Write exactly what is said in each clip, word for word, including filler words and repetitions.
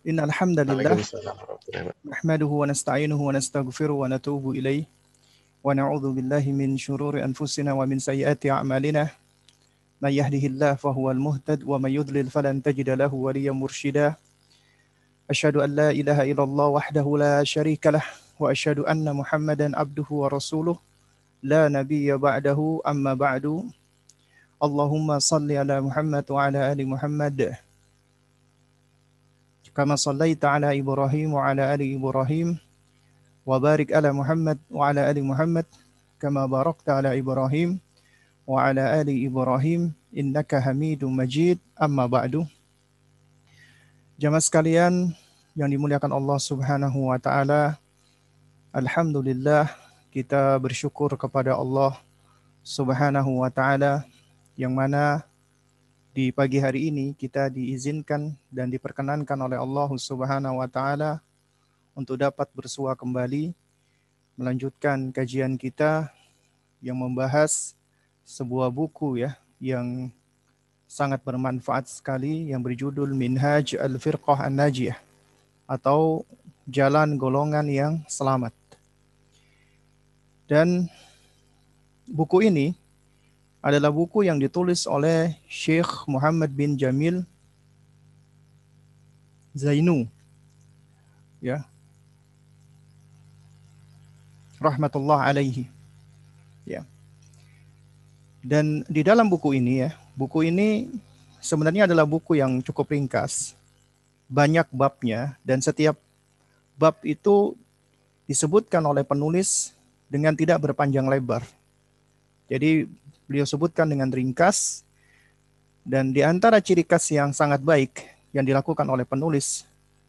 Innal hamdalillah Waalaikumsalam warahmatullahi wabarakatuh. nahmaduhu wa nasta'inuhu wa nastaghfiruhu wa natubu ilaih wa na'udzu billahi min syururi anfusina wa min sayyiati a'malina may yahdihillahu fahuwal muhtad wa may yudlil falan tajida lahu waliyyan mursyida asyhadu an la ilaha illallah wahdahu la syarika lah wa asyhadu anna muhammadan abduhu wa rasuluh la nabiyya ba'dahu amma ba'du Allahumma salli ala Muhammad wa ala ali Muhammad kama sallaita ala Ibrahim wa ala ali Ibrahim wa barik ala Muhammad wa ala ali Muhammad kama barakta ala Ibrahim wa ala ali Ibrahim innaka Hamidum Majid amma ba'du. Jamaah sekalian yang dimuliakan Allah Subhanahu wa taala, alhamdulillah kita bersyukur kepada Allah Subhanahu wa taala yang mana di pagi hari ini kita diizinkan dan diperkenankan oleh Allah Subhanahu wa taala untuk dapat bersua kembali melanjutkan kajian kita yang membahas sebuah buku ya yang sangat bermanfaat sekali yang berjudul Minhaj Al-Firqah An-Najiyah atau Jalan Golongan yang Selamat. Dan buku ini adalah buku yang ditulis oleh Syekh Muhammad bin Jamil Zainu ya rahmatullah alaihi ya. Dan di dalam buku ini ya, buku ini sebenarnya adalah buku yang cukup ringkas, banyak babnya, dan setiap bab itu disebutkan oleh penulis dengan tidak berpanjang lebar. Jadi beliau sebutkan dengan ringkas, dan di antara ciri khas yang sangat baik yang dilakukan oleh penulis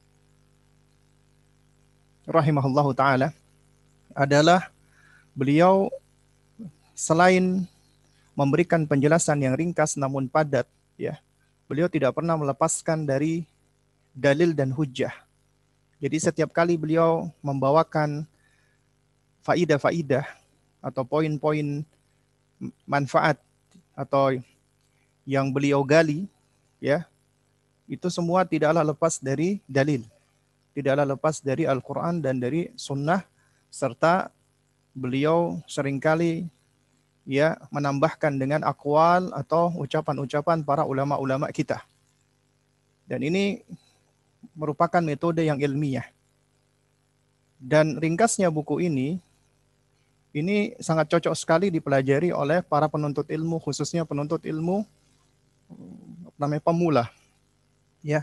rahimahullahu ta'ala adalah beliau selain memberikan penjelasan yang ringkas namun padat, ya, beliau tidak pernah melepaskan dari dalil dan hujjah. Jadi setiap kali beliau membawakan faidah-faidah atau poin-poin manfaat atau yang beliau gali, ya, itu semua tidaklah lepas dari dalil, tidaklah lepas dari Al-Quran dan dari Sunnah, serta beliau seringkali ya menambahkan dengan aqwal atau ucapan-ucapan para ulama-ulama kita. Dan ini merupakan metode yang ilmiah. Dan ringkasnya buku ini, ini sangat cocok sekali dipelajari oleh para penuntut ilmu, khususnya penuntut ilmu namanya pemula, ya,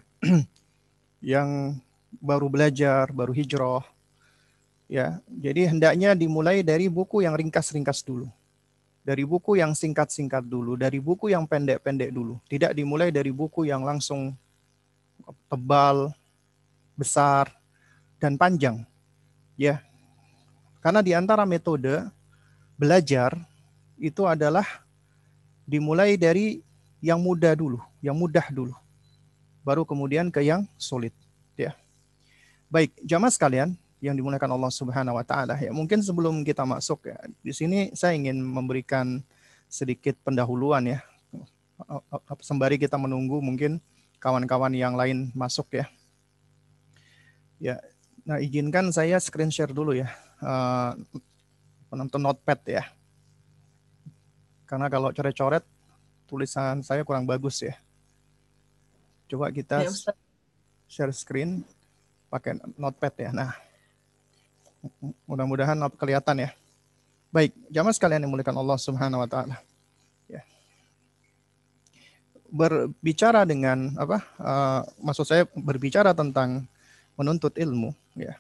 yang baru belajar, baru hijrah, ya. Jadi hendaknya dimulai dari buku yang ringkas-ringkas dulu. Dari buku yang singkat-singkat dulu, dari buku yang pendek-pendek dulu. Tidak dimulai dari buku yang langsung tebal, besar, dan panjang. Ya, karena di antara metode belajar itu adalah dimulai dari yang mudah dulu, yang mudah dulu. Baru kemudian ke yang sulit. Ya. Baik, jamaah sekalian yang dimuliakan Allah Subhanahu wa taala, ya, mungkin sebelum kita masuk ya, di sini saya ingin memberikan sedikit pendahuluan ya, sembari kita menunggu mungkin kawan-kawan yang lain masuk ya. Ya, nah izinkan saya screen share dulu ya, uh, penonton notepad ya, karena kalau coret-coret tulisan saya kurang bagus ya. Coba kita ya, share screen pakai notepad ya. Nah, mudah-mudahan kelihatan ya. Baik, jamaah sekalian yang dimuliakan Allah Subhanahu wa taala. Ya. Berbicara dengan apa? Uh, maksud saya berbicara tentang menuntut ilmu, ya.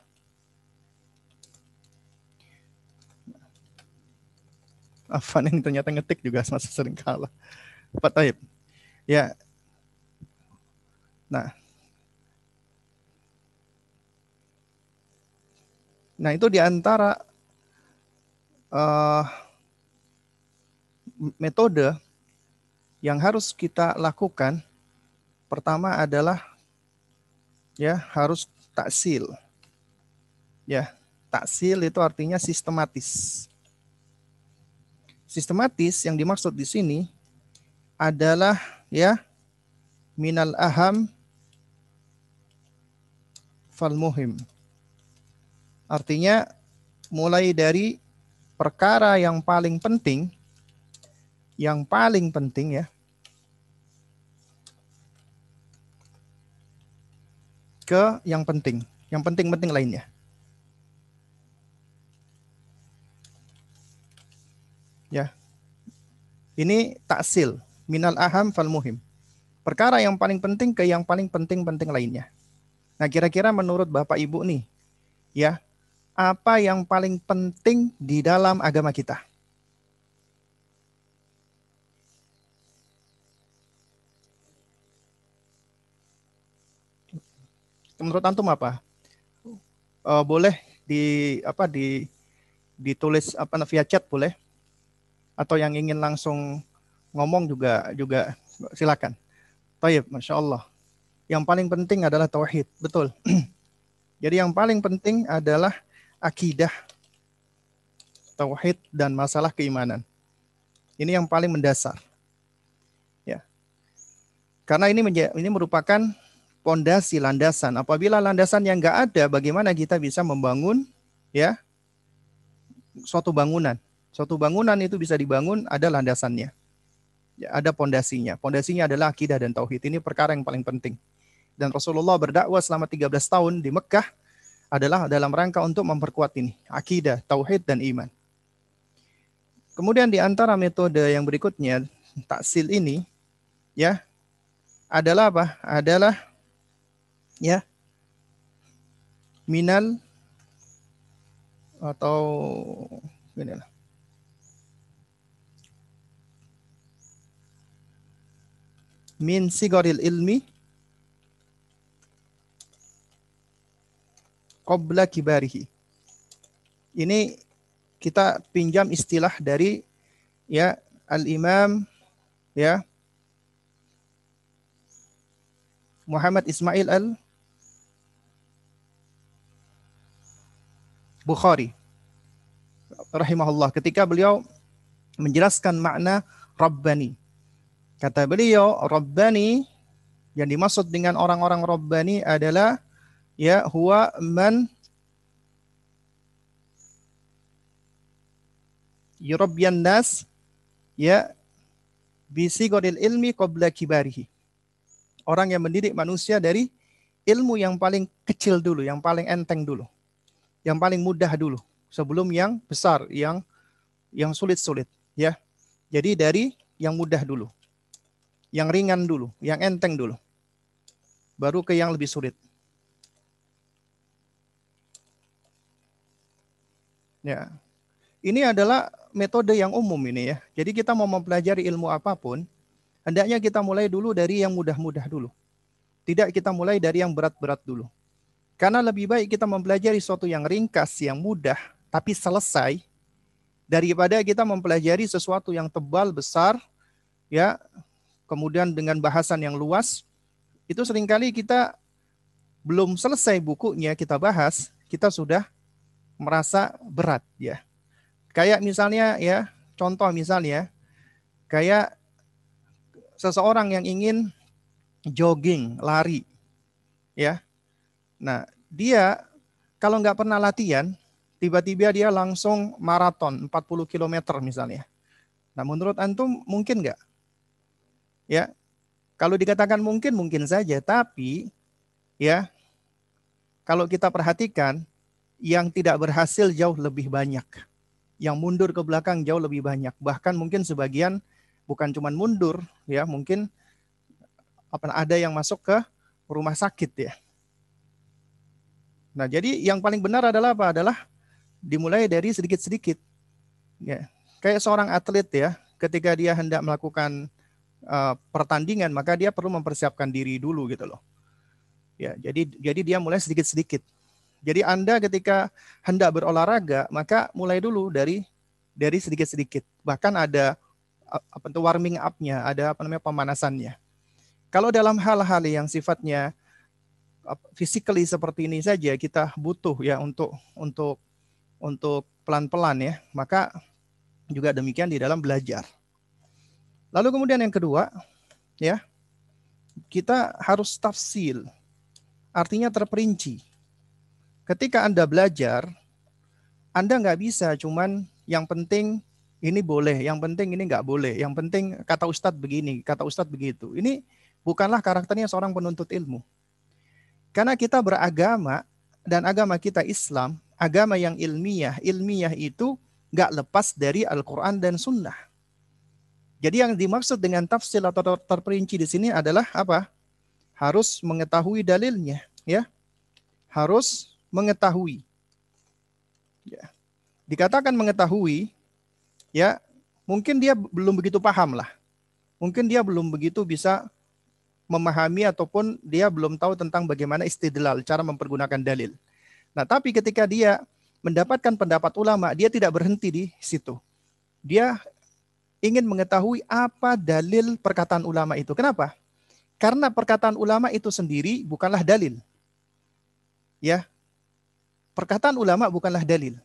Apa yang ternyata ngetik juga masih sering kalah. Pak Taib. Ya. Nah. Nah, itu diantara uh, metode yang harus kita lakukan. Pertama adalah ya harus taksil. Ya, taksil itu artinya sistematis. Sistematis yang dimaksud di sini adalah ya minal aham fal muhim. Artinya mulai dari perkara yang paling penting, yang paling penting ya, ke yang penting, yang penting-penting lainnya. Ya. Ini taksil, minal aham fal muhim. Perkara yang paling penting ke yang paling penting-penting lainnya. Nah, kira-kira menurut Bapak Ibu nih, ya, apa yang paling penting di dalam agama kita? Menurut antum apa? Uh, boleh di apa di ditulis apa via chat boleh, atau yang ingin langsung ngomong juga juga silakan. Taib, masya Allah. Yang paling penting adalah tauhid, betul. Jadi yang paling penting adalah akidah, tauhid dan masalah keimanan. Ini yang paling mendasar. Ya. Karena ini ini merupakan pondasi landasan. Apabila landasan yang enggak ada, bagaimana kita bisa membangun ya suatu bangunan? Suatu bangunan itu bisa dibangun ada landasannya. Ya, ada pondasinya. Pondasinya adalah akidah dan tauhid. Ini perkara yang paling penting. Dan Rasulullah berdakwah selama tiga belas tahun di Mekah adalah dalam rangka untuk memperkuat ini, akidah, tauhid dan iman. Kemudian di antara metode yang berikutnya, taksil ini ya adalah apa? Adalah ya minal atau inilah min sigoril ilmi qabla kibarihi. Ini kita pinjam istilah dari ya Al-Imam ya Muhammad Ismail Al-Bukhari rahimahullah ketika beliau menjelaskan makna Rabbani. Kata beliau, Rabbani yang dimaksud dengan orang-orang Rabbani adalah ya huwa man yurabbiyan nas ya bisigoril ilmi qabla kibarihi. Orang yang mendidik manusia dari ilmu yang paling kecil dulu, yang paling enteng dulu, yang paling mudah dulu, sebelum yang besar, yang yang sulit-sulit, ya. Jadi dari yang mudah dulu, yang ringan dulu, yang enteng dulu, baru ke yang lebih sulit. Ya, ini adalah metode yang umum ini ya. Jadi kita mau mempelajari ilmu apapun, hendaknya kita mulai dulu dari yang mudah-mudah dulu. Tidak kita mulai dari yang berat-berat dulu. Karena lebih baik kita mempelajari sesuatu yang ringkas, yang mudah, tapi selesai, daripada kita mempelajari sesuatu yang tebal, besar, ya, kemudian dengan bahasan yang luas, itu seringkali kita belum selesai bukunya kita bahas, kita sudah merasa berat, ya. Kayak misalnya, ya, contoh misalnya, kayak seseorang yang ingin jogging, lari, ya. Nah, dia kalau nggak pernah latihan, tiba-tiba dia langsung maraton empat puluh kilometer misalnya. Nah, menurut antum mungkin nggak? Ya, kalau dikatakan mungkin, mungkin saja. Tapi, ya, kalau kita perhatikan, yang tidak berhasil jauh lebih banyak. Yang mundur ke belakang jauh lebih banyak. Bahkan mungkin sebagian bukan cuma mundur, ya, mungkin apa ada yang masuk ke rumah sakit ya. Nah, jadi yang paling benar adalah apa? Adalah dimulai dari sedikit-sedikit. Ya. Kayak seorang atlet ya, ketika dia hendak melakukan uh, pertandingan, maka dia perlu mempersiapkan diri dulu gitu loh. Ya, jadi jadi dia mulai sedikit-sedikit. Jadi Anda ketika hendak berolahraga, maka mulai dulu dari dari sedikit-sedikit. Bahkan ada apa itu warming up-nya, ada apa namanya pemanasannya. Kalau dalam hal-hal yang sifatnya physically seperti ini saja kita butuh ya untuk untuk untuk pelan-pelan ya, maka juga demikian di dalam belajar. Lalu kemudian yang kedua ya, kita harus tafsil, artinya terperinci ketika Anda belajar, Anda nggak bisa cuman yang penting ini boleh, yang penting ini nggak boleh, yang penting kata Ustadz begini, kata Ustadz begitu. Ini bukanlah karakternya seorang penuntut ilmu. Karena kita beragama dan agama kita Islam, agama yang ilmiah, ilmiah itu nggak lepas dari Al-Quran dan Sunnah. Jadi yang dimaksud dengan tafsir atau terperinci di sini adalah apa? Harus mengetahui dalilnya, ya. Harus mengetahui. Ya. Dikatakan mengetahui, ya, mungkin dia belum begitu paham lah. Mungkin dia belum begitu bisa memahami ataupun dia belum tahu tentang bagaimana istidlal, cara mempergunakan dalil. Nah, tapi ketika dia mendapatkan pendapat ulama, dia tidak berhenti di situ. Dia ingin mengetahui apa dalil perkataan ulama itu. Kenapa? Karena perkataan ulama itu sendiri bukanlah dalil. Ya. Perkataan ulama bukanlah dalil.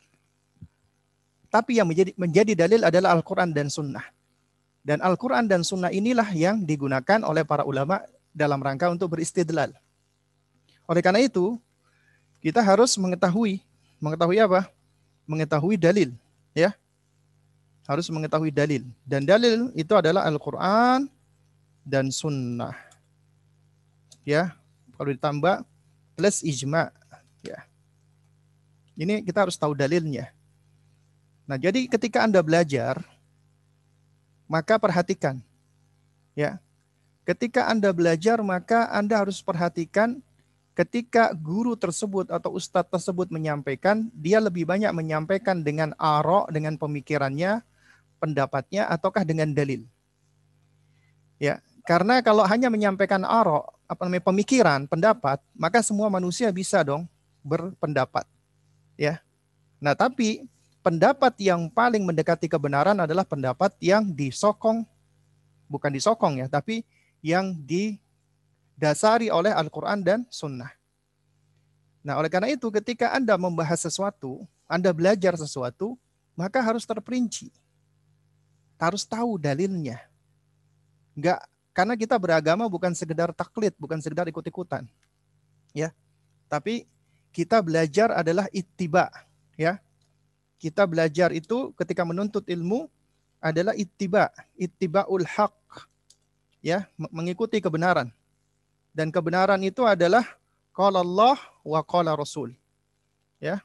Tapi yang menjadi menjadi dalil adalah Al-Quran dan Sunnah. Dan Al-Quran dan Sunnah inilah yang digunakan oleh para ulama dalam rangka untuk beristidlal. Oleh karena itu, kita harus mengetahui. Mengetahui apa? Mengetahui dalil. Ya, harus mengetahui dalil. Dan dalil itu adalah Al-Quran dan Sunnah. Ya, kalau ditambah plus ijma. Ya. Ini kita harus tahu dalilnya. Nah, jadi ketika Anda belajar, maka perhatikan. Ya. Ketika Anda belajar, maka Anda harus perhatikan ketika guru tersebut atau ustadz tersebut menyampaikan, dia lebih banyak menyampaikan dengan aro, dengan pemikirannya, pendapatnya, ataukah dengan dalil. Ya, karena kalau hanya menyampaikan aro, apa namanya, pemikiran, pendapat, maka semua manusia bisa dong berpendapat. Ya. Nah, tapi pendapat yang paling mendekati kebenaran adalah pendapat yang disokong, bukan disokong ya, tapi yang didasari oleh Al-Quran dan Sunnah. Nah, oleh karena itu ketika Anda membahas sesuatu, Anda belajar sesuatu, maka harus terperinci. Harus tahu dalilnya. Enggak, karena kita beragama bukan sekedar taklid, bukan sekedar ikut-ikutan. Ya. Tapi kita belajar adalah ittiba, ya. Kita belajar itu ketika menuntut ilmu adalah ittiba, ittiba'ul haq. Ya, mengikuti kebenaran. Dan kebenaran itu adalah qala Allah wa qala Rasul. Ya.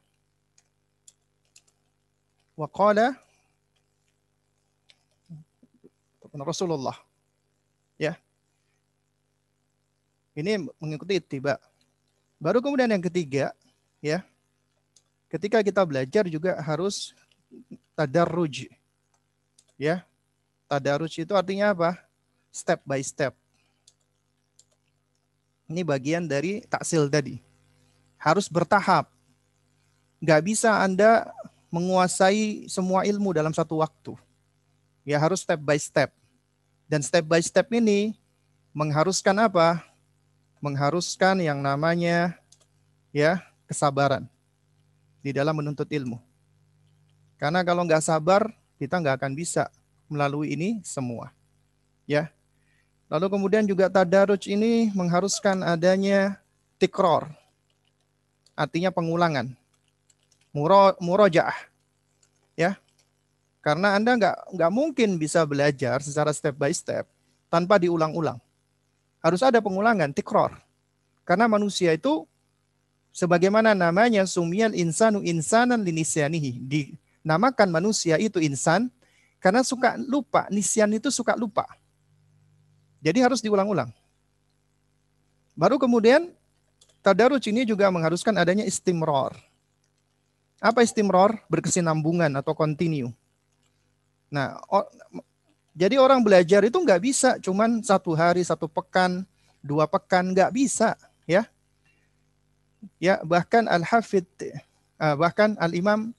Wa qala Rasulullah. Ya. Ini mengikuti ittiba. Baru kemudian yang ketiga, ya. Ketika kita belajar juga harus tadarruj. Ya. Tadarruj itu artinya apa? Step by step. Ini bagian dari taksil tadi. Harus bertahap. Nggak bisa Anda menguasai semua ilmu dalam satu waktu. Ya harus step by step. Dan step by step ini mengharuskan apa? Mengharuskan yang namanya ya kesabaran di dalam menuntut ilmu. Karena kalau nggak sabar, kita nggak akan bisa melalui ini semua. Ya. Lalu kemudian juga tadarruj ini mengharuskan adanya tikror. Artinya pengulangan. Muro, murojaah. Ya. Karena Anda nggak nggak mungkin bisa belajar secara step by step tanpa diulang-ulang. Harus ada pengulangan, tikror. Karena manusia itu sebagaimana namanya sumiyal insanu insanan linisyanihi. Dinamakan manusia itu insan karena suka lupa. Nisyan itu suka lupa. Jadi harus diulang-ulang. Baru kemudian tadarruj ini juga mengharuskan adanya istimror. Apa istimror? Berkesinambungan atau continue. Nah, o- jadi orang belajar itu nggak bisa cuman satu hari, satu pekan, dua pekan, nggak bisa, ya. Ya, bahkan Al-Hafidh, uh, bahkan Al-Imam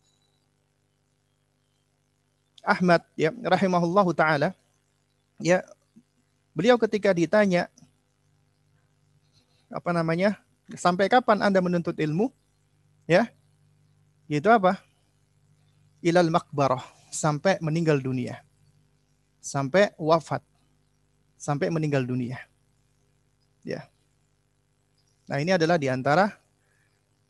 Ahmad, ya, rahimahullahu taala, ya, beliau ketika ditanya apa namanya, sampai kapan Anda menuntut ilmu, ya, itu apa? Ilal makbarah, sampai meninggal dunia, sampai wafat, sampai meninggal dunia, ya. Nah ini adalah diantara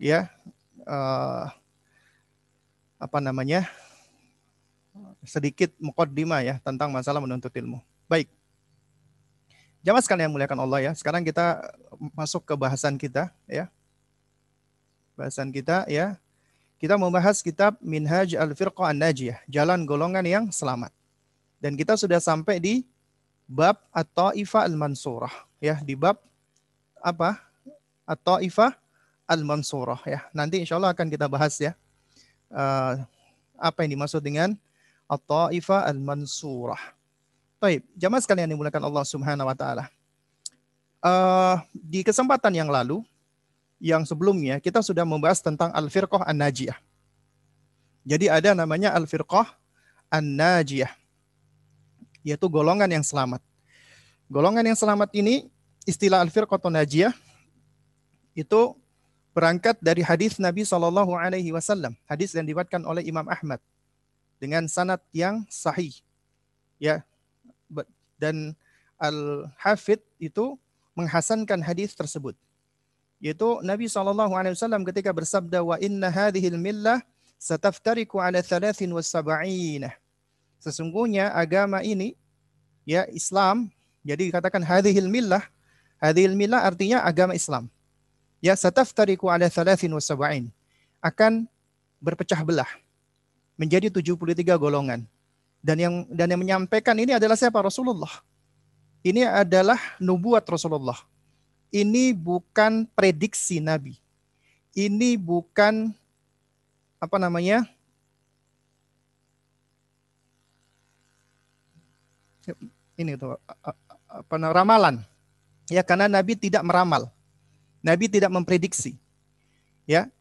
ya uh, apa namanya sedikit muqaddimah ya tentang masalah menuntut ilmu. Baik. Jamaah sekalian yang muliakan Allah ya. Sekarang kita masuk ke bahasan kita ya. Bahasan kita ya. Kita membahas kitab Minhaj Al-Firqah An-Najiyah, jalan golongan yang selamat. Dan kita sudah sampai di bab At-Taifah Al-Mansurah ya, di bab apa? At-Taifah Al-Mansurah ya. Nanti insya Allah akan kita bahas ya. Uh, apa yang dimaksud dengan At-Taifah Al-Mansurah. Baik, jamaah sekalian yang dimuliakan Allah Subhanahu wa taala. Uh, di kesempatan yang lalu, yang sebelumnya kita sudah membahas tentang Al-Firqah An-Najiyah. Jadi ada namanya Al-Firqah An-Najiyah, yaitu golongan yang selamat. Golongan yang selamat ini, istilah Al-Firqah An-Najiyah itu berangkat dari hadis Nabi shallallahu alaihi wasallam, hadis yang diriwayatkan oleh Imam Ahmad dengan sanad yang sahih. Ya, dan Al-Hafidh itu menghasankan hadis tersebut. Yaitu Nabi shallallahu alaihi wasallam ketika bersabda, wa inna hadhil millah sataftariku ala thalathin wa sab'ina. Sesungguhnya agama ini, ya Islam, jadi dikatakan hadhil millah, hadhil millah artinya agama Islam. Ya, sataftariku ala thalathin wa sab'in. Akan berpecah belah menjadi tujuh puluh tiga golongan. Dan yang dan yang menyampaikan ini adalah siapa? Rasulullah. Ini adalah nubuat Rasulullah. Ini bukan prediksi Nabi. Ini bukan apa namanya? Ini tuh apa ramalan. Ya, karena Nabi tidak meramal. Nabi tidak memprediksi. Ya.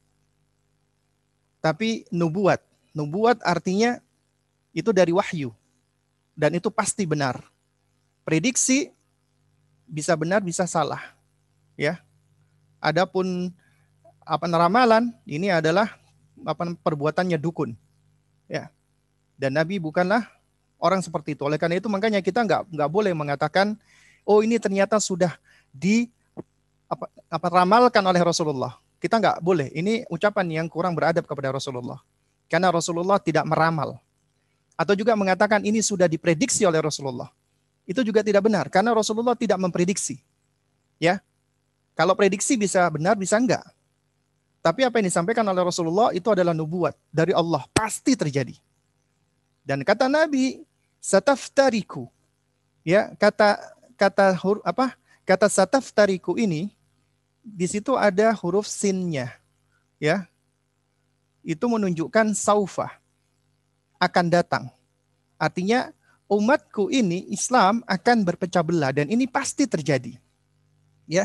Tapi nubuat. Nubuat artinya itu dari wahyu. Dan itu pasti benar. Prediksi bisa benar, bisa salah. Ya, adapun apa ramalan ini adalah apa perbuatannya dukun, ya. Dan Nabi bukanlah orang seperti itu. Oleh karena itu makanya kita nggak nggak boleh mengatakan, oh ini ternyata sudah di apa, apa ramalkan oleh Rasulullah. Kita nggak boleh. Ini ucapan yang kurang beradab kepada Rasulullah. Karena Rasulullah tidak meramal. Atau juga mengatakan ini sudah diprediksi oleh Rasulullah. Itu juga tidak benar karena Rasulullah tidak memprediksi. Ya. Kalau prediksi bisa benar, bisa enggak. Tapi apa yang disampaikan oleh Rasulullah itu adalah nubuat dari Allah, pasti terjadi. Dan kata Nabi, sataftariku. Ya, kata kata huruf apa? Kata sataftariku ini di situ ada huruf sinnya. Ya. Itu menunjukkan saufa, akan datang. Artinya umatku ini Islam akan berpecah belah dan ini pasti terjadi. Ya.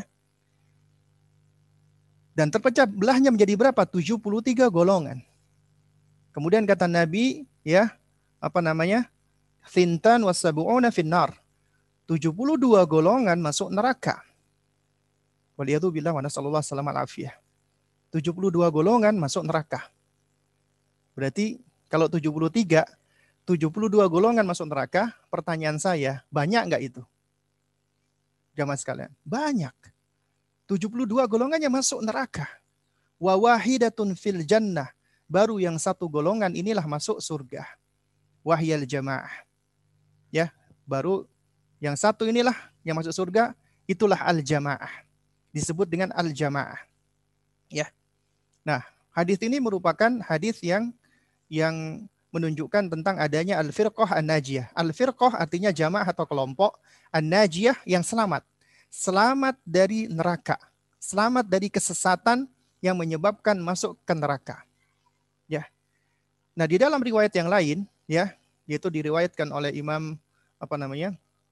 Dan terpecah belahnya menjadi berapa? tujuh puluh tiga golongan. Kemudian kata Nabi, ya, apa namanya? Thintan wasabu'una finnar. tujuh puluh dua golongan masuk neraka. Waliyadzubillah wa nasallallahu alaihi wasallam. tujuh puluh dua golongan masuk neraka. Berarti kalau tujuh puluh tiga, tujuh puluh dua golongan masuk neraka, pertanyaan saya, banyak enggak itu? Jamaah sekalian, banyak. tujuh puluh dua golongannya masuk neraka. Wa wahidatun fil jannah. Baru yang satu golongan inilah masuk surga. Wahyal jamaah. Ya, baru yang satu inilah yang masuk surga, itulah al-jamaah. Disebut dengan al-jamaah. Ya. Nah, hadis ini merupakan hadis yang yang menunjukkan tentang adanya al-firqah an-najiyah. Al-firqah artinya jamaah atau kelompok, an-najiyah yang selamat. Selamat dari neraka, selamat dari kesesatan yang menyebabkan masuk ke neraka. Ya. Nah, di dalam riwayat yang lain, ya, yaitu diriwayatkan oleh Imam apa namanya?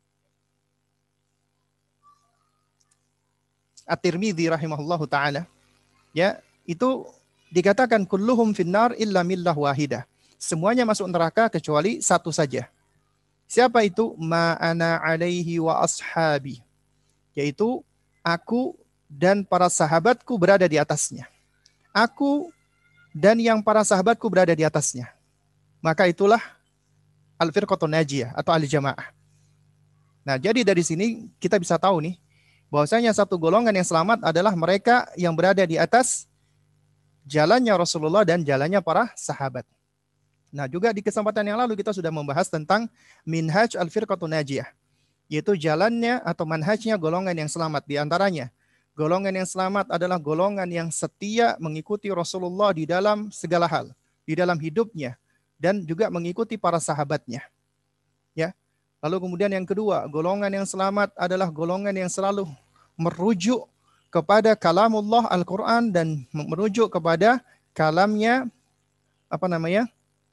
At-Tirmidzi rahimahullahu taala, ya, itu dikatakan kulluhum finnar illa millah wahidah. Semuanya masuk neraka kecuali satu saja. Siapa itu? Ma ana alaihi wa ashabi. Yaitu aku dan para sahabatku berada di atasnya. Aku dan yang para sahabatku berada di atasnya. Maka itulah al-firqatun najiyah atau al-jamaah. Nah, jadi dari sini kita bisa tahu nih bahwasanya satu golongan yang selamat adalah mereka yang berada di atas jalannya Rasulullah dan jalannya para sahabat. Nah, juga di kesempatan yang lalu kita sudah membahas tentang minhaj al-firqatun najiyah, yaitu jalannya atau manhajnya golongan yang selamat. Di antaranya, golongan yang selamat adalah golongan yang setia mengikuti Rasulullah di dalam segala hal, di dalam hidupnya, dan juga mengikuti para sahabatnya. Ya. Lalu kemudian yang kedua, golongan yang selamat adalah golongan yang selalu merujuk kepada kalamullah Al-Quran dan merujuk kepada kalamnya apa namanya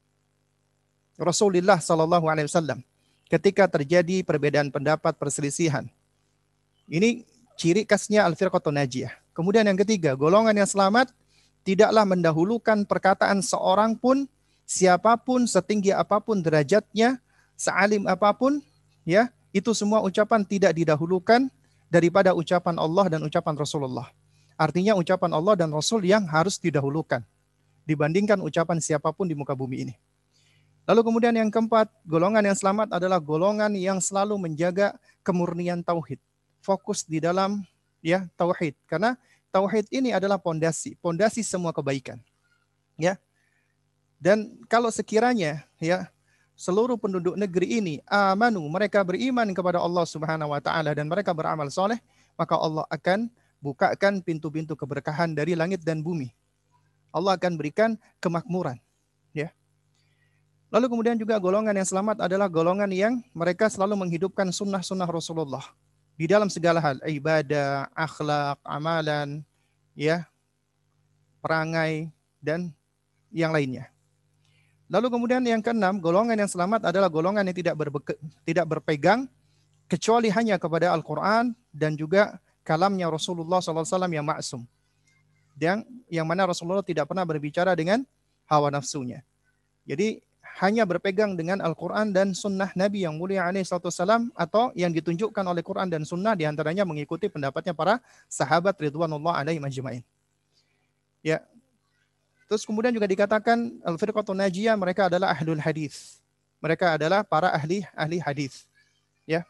Rasulullah Sallallahu Alaihi Wasallam ketika terjadi perbedaan pendapat, perselisihan. Ini ciri khasnya al-firqatun najiyah. Kemudian yang ketiga, golongan yang selamat tidaklah mendahulukan perkataan seorang pun, siapapun, setinggi apapun derajatnya, sealim apapun, ya, itu semua ucapan tidak didahulukan daripada ucapan Allah dan ucapan Rasulullah. Artinya ucapan Allah dan Rasul yang harus didahulukan dibandingkan ucapan siapapun di muka bumi ini. Lalu kemudian yang keempat, golongan yang selamat adalah golongan yang selalu menjaga kemurnian tauhid. Fokus di dalam ya tauhid, karena tauhid ini adalah pondasi, pondasi semua kebaikan. Ya. Dan kalau sekiranya ya seluruh penduduk negeri ini amanu, mereka beriman kepada Allah Subhanahu wa taala dan mereka beramal soleh, maka Allah akan bukakan pintu-pintu keberkahan dari langit dan bumi. Allah akan berikan kemakmuran, ya. Lalu kemudian juga golongan yang selamat adalah golongan yang mereka selalu menghidupkan sunnah-sunnah Rasulullah di dalam segala hal, ibadah, akhlak, amalan, ya, perangai dan yang lainnya. Lalu kemudian yang keenam, golongan yang selamat adalah golongan yang tidak berbe- tidak berpegang kecuali hanya kepada Al-Quran dan juga kalamnya Rasulullah shallallahu alaihi wasallam yang maksum. Yang, yang mana Rasulullah tidak pernah berbicara dengan hawa nafsunya. Jadi hanya berpegang dengan Al-Quran dan sunnah Nabi yang mulia alaihi salatu wasallam, atau yang ditunjukkan oleh Quran dan sunnah, diantaranya mengikuti pendapatnya para sahabat ridwanullah alaihim ajma'in. Ya. Terus kemudian juga dikatakan al-firqatun najiyah, mereka adalah ahlul hadis. Mereka adalah para ahli ahli hadis. Ya.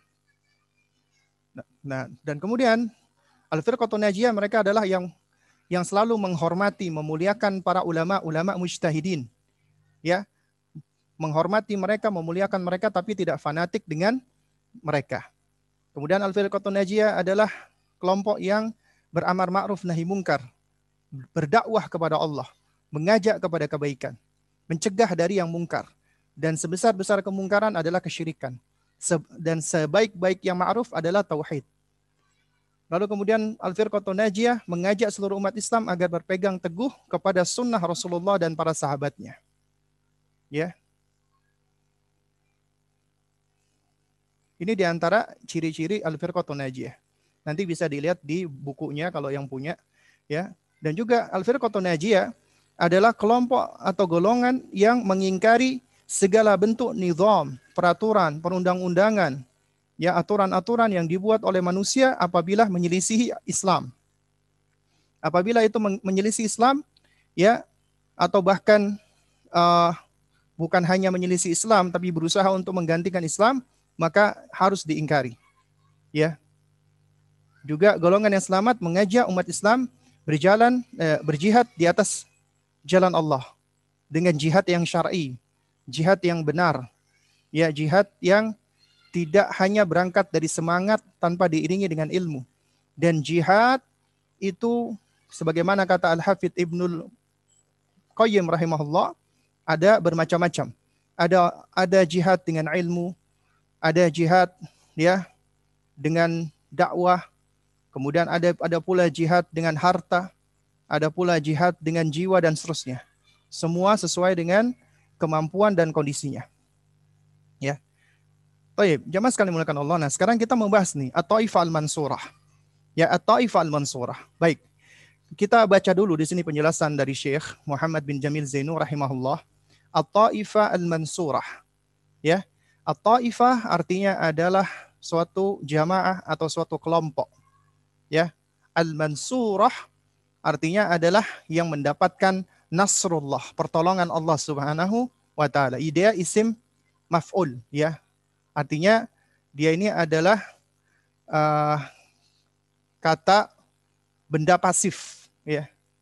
Nah, dan kemudian al-firqatun najiyah, mereka adalah yang yang selalu menghormati, memuliakan para ulama-ulama mujtahidin. Ya. Menghormati mereka, memuliakan mereka, tapi tidak fanatik dengan mereka. Kemudian al-firqatun najiyah adalah kelompok yang beramar ma'ruf nahi mungkar, berdakwah kepada Allah, mengajak kepada kebaikan, mencegah dari yang mungkar. Dan sebesar-besar kemungkaran adalah kesyirikan. Dan sebaik-baik yang ma'ruf adalah tauhid. Lalu kemudian al-firqatun najiyah mengajak seluruh umat Islam agar berpegang teguh kepada sunnah Rasulullah dan para sahabatnya. Ya. Ini diantara ciri-ciri al-firqatun najiyah. Nanti bisa dilihat di bukunya kalau yang punya. Ya. Dan juga al-firqatun najiyah adalah kelompok atau golongan yang mengingkari segala bentuk nizam, peraturan, perundang-undangan, ya, aturan-aturan yang dibuat oleh manusia apabila menyelisihi Islam. Apabila itu menyelisih Islam, ya, atau bahkan uh, bukan hanya menyelisih Islam tapi berusaha untuk menggantikan Islam, maka harus diingkari. Ya. Juga golongan yang selamat mengajak umat Islam berjalan eh, berjihad di atas jalan Allah dengan jihad yang syar'i, jihad yang benar, ya, jihad yang tidak hanya berangkat dari semangat tanpa diiringi dengan ilmu. Dan jihad itu sebagaimana kata Al-Hafidz Ibnul Qayyim rahimahullah, ada bermacam-macam. Ada ada jihad dengan ilmu, ada jihad ya dengan dakwah, kemudian ada ada pula jihad dengan harta, ada pula jihad dengan jiwa dan seterusnya. Semua sesuai dengan kemampuan dan kondisinya. Ya. Baik, jamaah sekalian dimuliakan Allah. Nah, sekarang kita membahas nih At-Taifah Al-Mansurah. Ya, At-Taifah Al-Mansurah. Baik. Kita baca dulu di sini penjelasan dari Syekh Muhammad bin Jamil Zainu rahimahullah. At-Taifah Al-Mansurah. Ya. At-Taifah artinya adalah suatu jamaah atau suatu kelompok. Ya. Al-Mansurah artinya adalah yang mendapatkan nasrullah, pertolongan Allah Subhanahu wa taala. Idea isim maf'ul, ya. Artinya dia ini adalah uh, kata benda pasif, ya.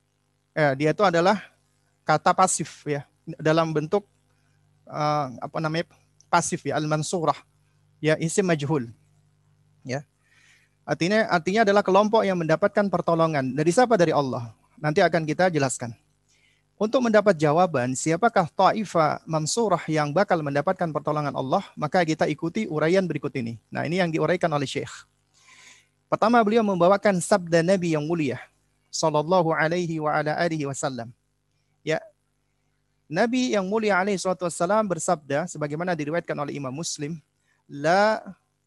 Eh, dia itu adalah kata pasif ya, dalam bentuk uh, apa namanya pasif ya, al-mansurah ya, isim majhul ya. Artinya artinya adalah kelompok yang mendapatkan pertolongan dari siapa? Dari Allah. Nanti akan kita jelaskan. Untuk mendapat jawaban siapakah Taifah Mansurah yang bakal mendapatkan pertolongan Allah, maka kita ikuti uraian berikut ini. Nah, ini yang diuraikan oleh Syekh. Pertama, beliau membawakan sabda Nabi yang mulia sallallahu alaihi wa ala alihi wasallam. Ya, Nabi yang mulia alaihi salatu wasallam bersabda sebagaimana diriwayatkan oleh Imam Muslim, la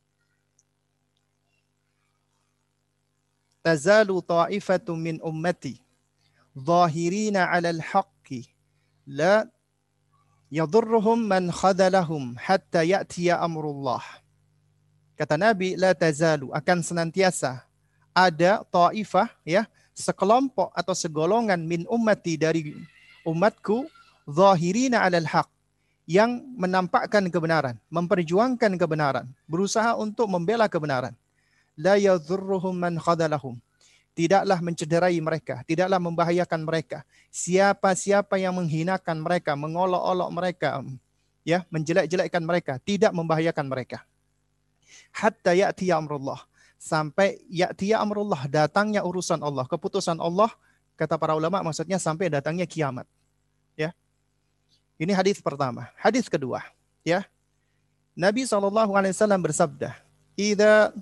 tazalu ta'ifatun min ummati zahirina 'alal haqqi la yadurruhum man khadalahum hatta ya'tiya amrullah. Kata Nabi, la tazalu, akan senantiasa ada ta'ifah ya, sekelompok atau segolongan min ummati dari umatku zahirina 'alal haq, yang menampakkan kebenaran, memperjuangkan kebenaran, berusaha untuk membela kebenaran. La yadhurruhum man khadalahum, tidaklah mencederai mereka, tidaklah membahayakan mereka siapa-siapa yang menghinakan mereka, mengolok-olok mereka, ya, menjelek-jelekkan mereka, tidak membahayakan mereka. Hatta ya'tiya amrullah, sampai ya'tiya amrullah, datangnya urusan Allah, keputusan Allah. Kata para ulama maksudnya sampai datangnya kiamat. Ya. Ini hadis pertama. Hadis kedua, ya. Nabi shallallahu alaihi wasallam bersabda, "Idza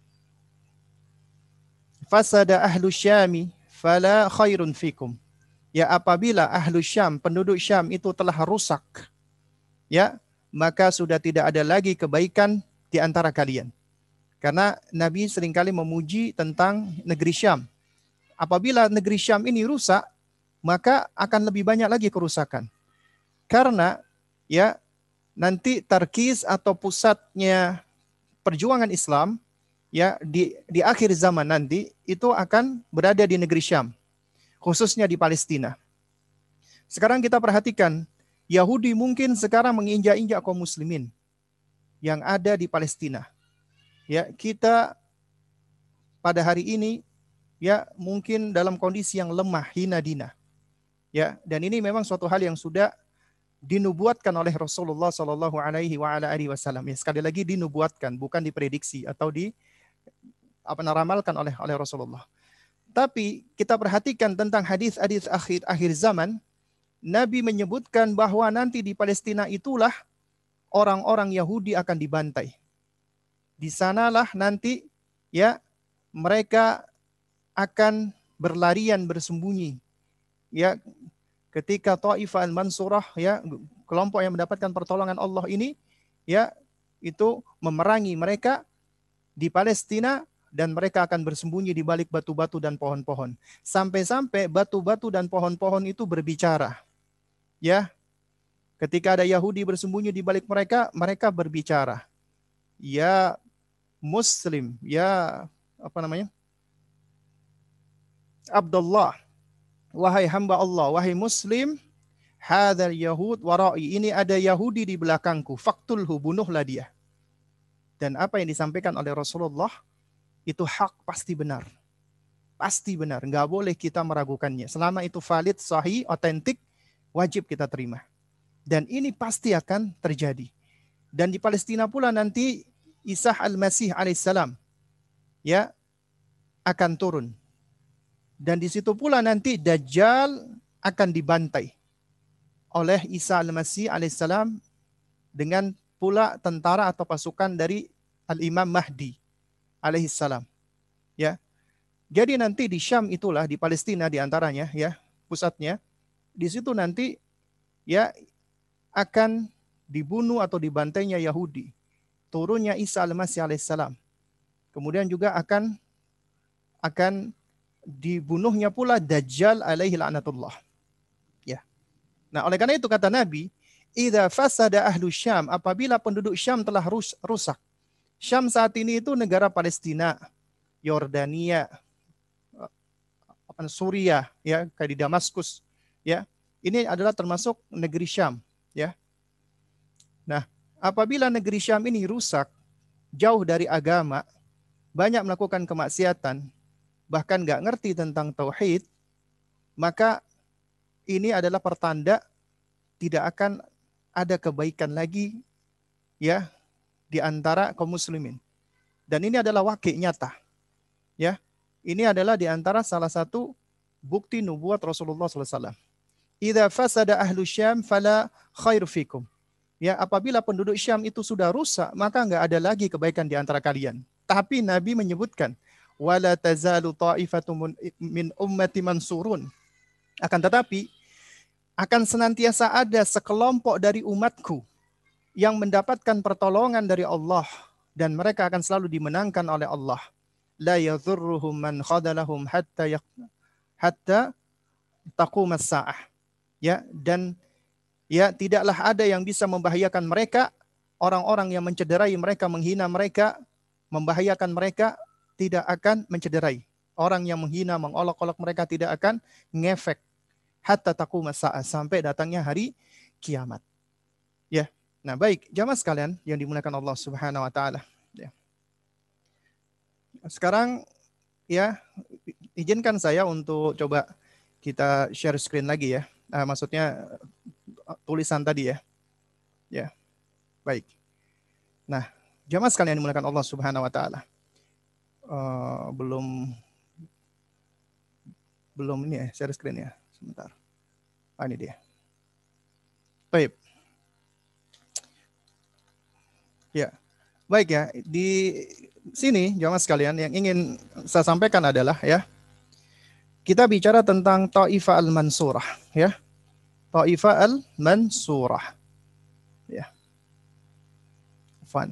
fasada ahlu syami fala khairun fikum." Ya, apabila ahlu Syam, penduduk Syam itu telah rusak, ya, maka sudah tidak ada lagi kebaikan di antara kalian. Karena Nabi seringkali memuji tentang negeri Syam. Apabila negeri Syam ini rusak, maka akan lebih banyak lagi kerusakan. Karena ya, nanti tarkis atau pusatnya perjuangan Islam ya di di akhir zaman nanti itu akan berada di negeri Syam, khususnya di Palestina. Sekarang kita perhatikan, Yahudi mungkin sekarang menginjak-injak kaum muslimin yang ada di Palestina. Ya, kita pada hari ini ya mungkin dalam kondisi yang lemah, hina dina. Ya, dan ini memang suatu hal yang sudah dinubuatkan oleh Rasulullah Shallallahu Alaihi Wasallam. Ya, sekali lagi dinubuatkan, bukan diprediksi atau di apa naramalkan oleh oleh Rasulullah. Tapi kita perhatikan tentang hadis-hadis akhir akhir zaman, Nabi menyebutkan bahwa nanti di Palestina itulah orang-orang Yahudi akan dibantai. Di sanalah nanti ya mereka akan berlarian bersembunyi. Ya, ketika Taifah al-Mansurah ya, kelompok yang mendapatkan pertolongan Allah ini ya, itu memerangi mereka di Palestina, dan mereka akan bersembunyi di balik batu-batu dan pohon-pohon. Sampai-sampai batu-batu dan pohon-pohon itu berbicara. Ya, ketika ada Yahudi bersembunyi di balik mereka, mereka berbicara. Ya Muslim, ya apa namanya? Abdullah, wahai hamba Allah, wahai Muslim, hadzal yahud warai, ini ada Yahudi di belakangku, faktulhu, bunuhlah dia. Dan apa yang disampaikan oleh Rasulullah itu hak, pasti benar. Pasti benar, nggak boleh kita meragukannya. Selama itu valid, sahih, otentik, wajib kita terima. Dan ini pasti akan terjadi. Dan di Palestina pula nanti Isa al-Masih alaihissalam ya akan turun. Dan di situ pula nanti Dajjal akan dibantai oleh Isa al-Masih alaihissalam dengan pula tentara atau pasukan dari Al-Imam Mahdi alaihissalam. Ya. Jadi nanti di Syam itulah, di Palestina diantaranya ya pusatnya. Di situ nanti ya akan dibunuh atau dibantainya Yahudi. Turunnya Isa al-Masih alaihissalam. Kemudian juga akan akan dibunuhnya pula Dajjal alaihi la'natullah. Ya. Nah, oleh karena itu kata Nabi, idza fasada ahlu Syam, apabila penduduk Syam telah rus, rusak. Syam saat ini itu negara Palestina, Yordania, Suriah, ya, kayak di Damaskus, ya. Ini adalah termasuk negeri Syam, ya. Nah, apabila negeri Syam ini rusak, jauh dari agama, banyak melakukan kemaksiatan, bahkan nggak ngerti tentang tauhid, maka ini adalah pertanda tidak akan ada kebaikan lagi ya di antara kaum muslimin. Dan ini adalah wakil nyata. Ya. Ini adalah di antara salah satu bukti nubuat Rasulullah sallallahu alaihi wasallam. Idza fasada ahlu Syam fala khairu fikum. Ya, apabila penduduk Syam itu sudah rusak, maka enggak ada lagi kebaikan di antara kalian. Tapi Nabi menyebutkan, wala tazalu ta'ifatun min ummati mansurun. Akan tetapi akan senantiasa ada sekelompok dari umatku yang mendapatkan pertolongan dari Allah dan mereka akan selalu dimenangkan oleh Allah. La yadhurruhum man khadalahum hatta yak, hatta taqumas saah. Ya, dan ya tidaklah ada yang bisa membahayakan mereka, orang-orang yang mencederai mereka, menghina mereka, membahayakan mereka tidak akan mencederai. Orang yang menghina, mengolok-olok mereka tidak akan ngefek hatta taqumas saah, sampai datangnya hari kiamat. Ya. Nah, baik, jamaah sekalian yang dimuliakan Allah Subhanahu wa taala, ya. Sekarang ya izinkan saya untuk coba kita share screen lagi ya. Nah, maksudnya tulisan tadi ya. Ya. Baik. Nah, jamaah sekalian yang dimuliakan Allah Subhanahu wa taala. Uh, belum belum ini ya, share screen ya. Sebentar. Ah, ini dia. Baik. Ya. Baik ya, di sini jamaah sekalian yang ingin saya sampaikan adalah ya, kita bicara tentang Taifah al-Mansurah ya. Taifah al-Mansurah. Ya. Fun.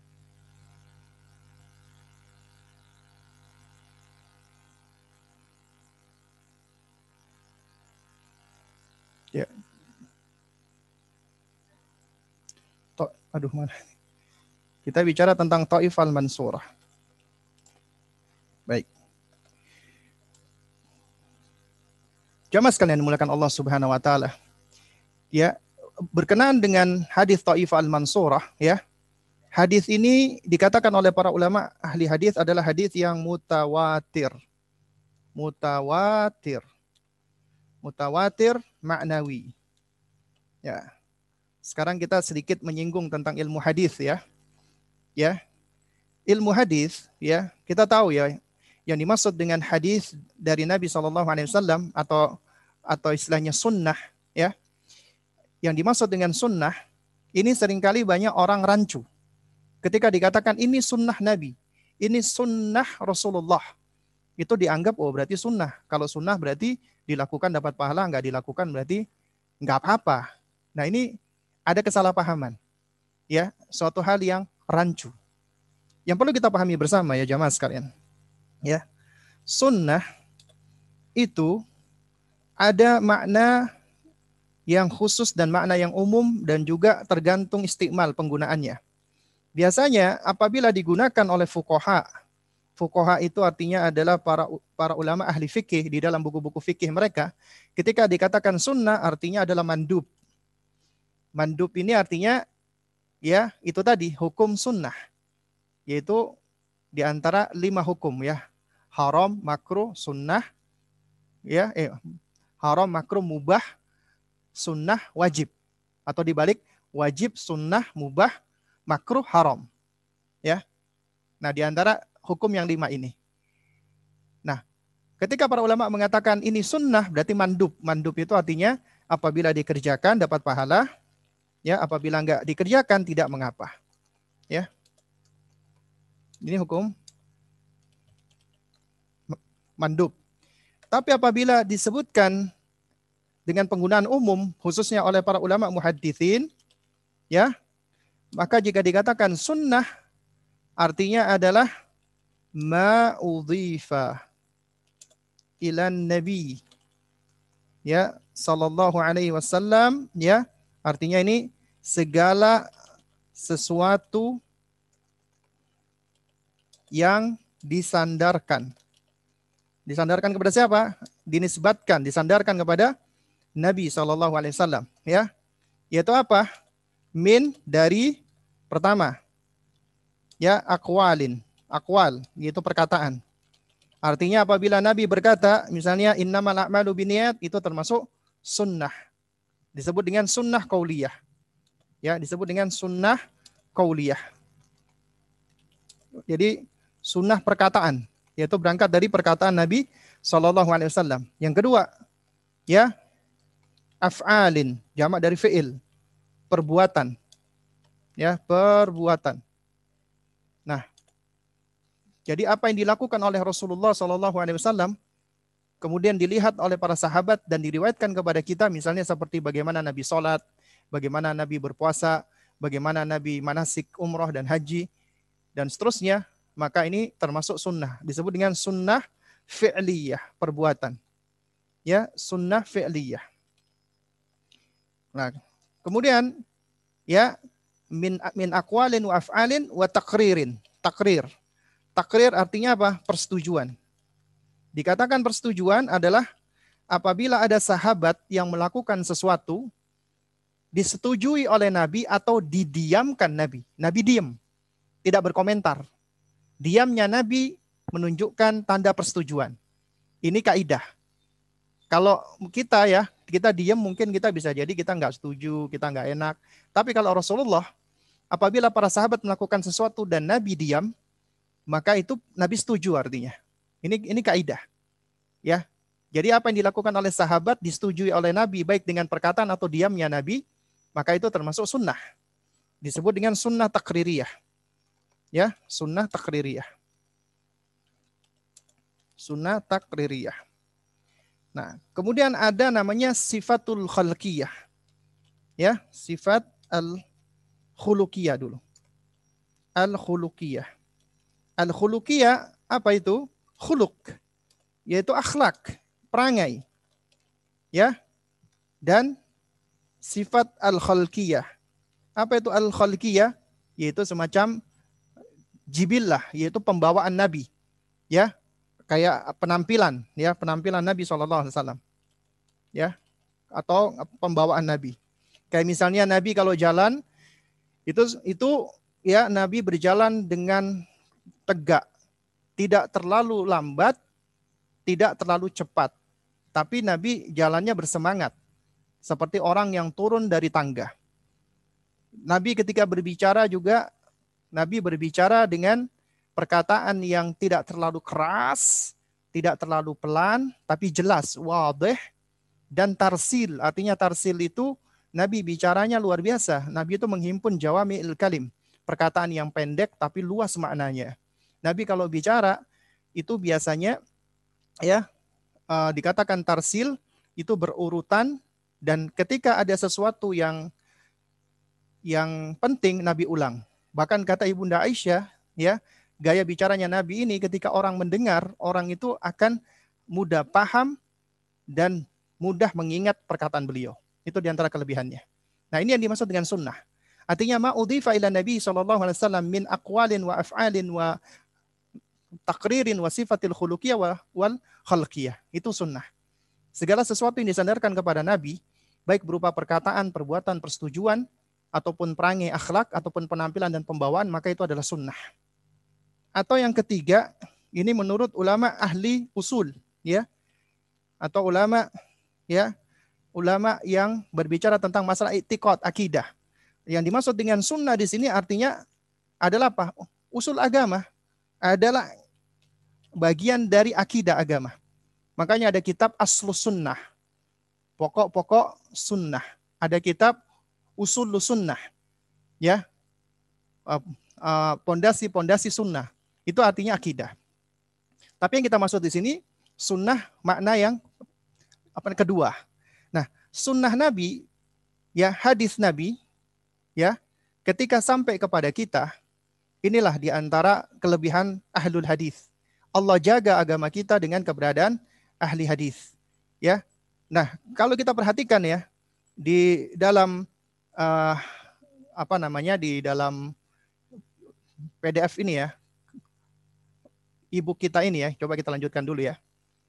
Ya. To, aduh mana? Kita bicara tentang Taifah al-Mansurah. Baik. Jamaah sekalian dimuliakan Allah Subhanahu wa taala. Ya, berkenaan dengan hadis Taifah al-Mansurah ya. Hadis ini dikatakan oleh para ulama ahli hadis adalah hadis yang mutawatir. Mutawatir. Mutawatir maknawi. Ya. Sekarang kita sedikit menyinggung tentang ilmu hadis ya. Ya. Ilmu hadis ya, kita tahu ya yang dimaksud dengan hadis dari Nabi shallallahu alaihi wasallam atau atau istilahnya sunnah ya. Yang dimaksud dengan sunnah ini seringkali banyak orang rancu. Ketika dikatakan ini sunnah Nabi, ini sunnah Rasulullah, itu dianggap oh berarti sunnah. Kalau sunnah berarti dilakukan dapat pahala, enggak dilakukan berarti enggak apa-apa. Nah, ini ada kesalahpahaman. Ya, suatu hal yang rancu. Yang perlu kita pahami bersama ya jamaah sekalian. Ya. Sunnah itu ada makna yang khusus dan makna yang umum dan juga tergantung istiqmal penggunaannya. Biasanya apabila digunakan oleh fuqaha, fuqaha itu artinya adalah para para ulama ahli fikih di dalam buku-buku fikih mereka, ketika dikatakan sunnah artinya adalah mandub. Mandub ini artinya ya itu tadi hukum sunnah. Yaitu di antara lima hukum ya, haram, makruh, sunnah, ya, eh, haram, makruh, mubah, sunnah, wajib, atau dibalik wajib, sunnah, mubah, makruh, haram, ya. Nah, di antara hukum yang lima ini. Nah, ketika para ulama mengatakan ini sunnah, berarti mandub. Mandub itu artinya apabila dikerjakan dapat pahala, ya. Apabila enggak dikerjakan tidak mengapa, ya. Ini hukum mandub. Tapi apabila disebutkan dengan penggunaan umum, khususnya oleh para ulama muhadditsin, ya, maka jika dikatakan sunnah, artinya adalah ma'udhifa ilan nabi, ya, sallallahu alaihi wasallam, ya, artinya ini segala sesuatu yang disandarkan. Disandarkan kepada siapa? Dinisbatkan, disandarkan kepada Nabi shallallahu alaihi wasallam. Ya, yaitu apa? Min dari pertama. Ya, akwalin. Akwal, yaitu perkataan. Artinya apabila Nabi berkata, misalnya innamal a'malu binniyat, itu termasuk sunnah. Disebut dengan sunnah qauliyah. Ya, disebut dengan sunnah qauliyah. Jadi sunnah perkataan, yaitu berangkat dari perkataan Nabi Shallallahu Alaihi Wasallam. Yang kedua, ya, af'alin, jamak dari fi'il, perbuatan. Ya, perbuatan. Nah, jadi apa yang dilakukan oleh Rasulullah Shallallahu Alaihi Wasallam kemudian dilihat oleh para sahabat dan diriwayatkan kepada kita, misalnya seperti bagaimana Nabi sholat, bagaimana Nabi berpuasa, bagaimana Nabi manasik umroh dan haji, dan seterusnya, maka ini termasuk sunnah. Disebut dengan sunnah fi'liyah, perbuatan. Ya, sunnah fi'liyah. Nah, kemudian ya min min aqwalin wa af'alin wa takririn. Takrir. Takrir artinya apa? Persetujuan. Dikatakan persetujuan adalah apabila ada sahabat yang melakukan sesuatu disetujui oleh Nabi atau didiamkan Nabi. Nabi diam, tidak berkomentar. Diamnya Nabi menunjukkan tanda persetujuan. Ini kaidah. Kalau kita ya, kita diam mungkin kita bisa jadi kita nggak setuju, kita nggak enak. Tapi kalau Rasulullah, apabila para sahabat melakukan sesuatu dan Nabi diam, maka itu Nabi setuju artinya. Ini ini kaidah. Ya. Jadi apa yang dilakukan oleh sahabat disetujui oleh Nabi baik dengan perkataan atau diamnya Nabi, maka itu termasuk sunnah. Disebut dengan sunnah takririyah. Ya, sunnah takririyah. Sunnah takririyah. Nah, kemudian ada namanya sifatul khalqiyah. Ya, sifat al-khuluqiyah dulu. Al-khuluqiyah. Al-khuluqiyah apa itu? Khuluq, yaitu akhlak, perangai. Ya. Dan sifat al-khalqiyah. Apa itu al-khalqiyah? Yaitu semacam jibillah, yaitu pembawaan Nabi. Ya. Kayak penampilan, ya, penampilan Nabi shallallahu alaihi wasallam. Ya. Atau pembawaan Nabi. Kayak misalnya Nabi kalau jalan itu itu ya Nabi berjalan dengan tegak, tidak terlalu lambat, tidak terlalu cepat. Tapi Nabi jalannya bersemangat. Seperti orang yang turun dari tangga. Nabi ketika berbicara juga, Nabi berbicara dengan perkataan yang tidak terlalu keras, tidak terlalu pelan, tapi jelas, wadih, dan tarsil. Artinya tarsil itu, Nabi bicaranya luar biasa. Nabi itu menghimpun jawami'il kalim. Perkataan yang pendek tapi luas maknanya. Nabi kalau bicara, itu biasanya ya uh, dikatakan tarsil, itu berurutan, dan ketika ada sesuatu yang yang penting, Nabi ulang. Bahkan kata Ibunda Aisyah, ya, gaya bicaranya Nabi ini ketika orang mendengar, orang itu akan mudah paham dan mudah mengingat perkataan beliau. Itu diantara kelebihannya. Nah, ini yang dimaksud dengan sunnah. Artinya ma'udhifa ila Nabi sallallahu alaihi wasallam min aqwalin wa af'alin wa takririn wa sifatil khuluqiyah wa wal khalqiyah. Itu sunnah. Segala sesuatu yang disandarkan kepada Nabi, baik berupa perkataan, perbuatan, persetujuan, ataupun perangai akhlak, ataupun penampilan dan pembawaan, maka itu adalah sunnah. Atau yang ketiga, ini menurut ulama ahli usul, ya, atau ulama, ya, ulama yang berbicara tentang masalah i'tiqad, akidah. Yang dimaksud dengan sunnah di sini artinya adalah apa? Usul agama adalah bagian dari akidah agama. Makanya ada kitab Aslus Sunnah, pokok-pokok sunnah. Ada kitab Usulus Sunnah, ya, pondasi-pondasi sunnah. Itu artinya akidah. Tapi yang kita maksud di sini sunnah makna yang apa kedua. Nah, sunnah Nabi, ya, hadis Nabi, ya, ketika sampai kepada kita, inilah di antara kelebihan ahlul hadis. Allah jaga agama kita dengan keberadaan ahli hadis, ya. Nah, kalau kita perhatikan ya di dalam uh, apa namanya di dalam P D F ini ya, ibu kita ini ya, coba kita lanjutkan dulu ya.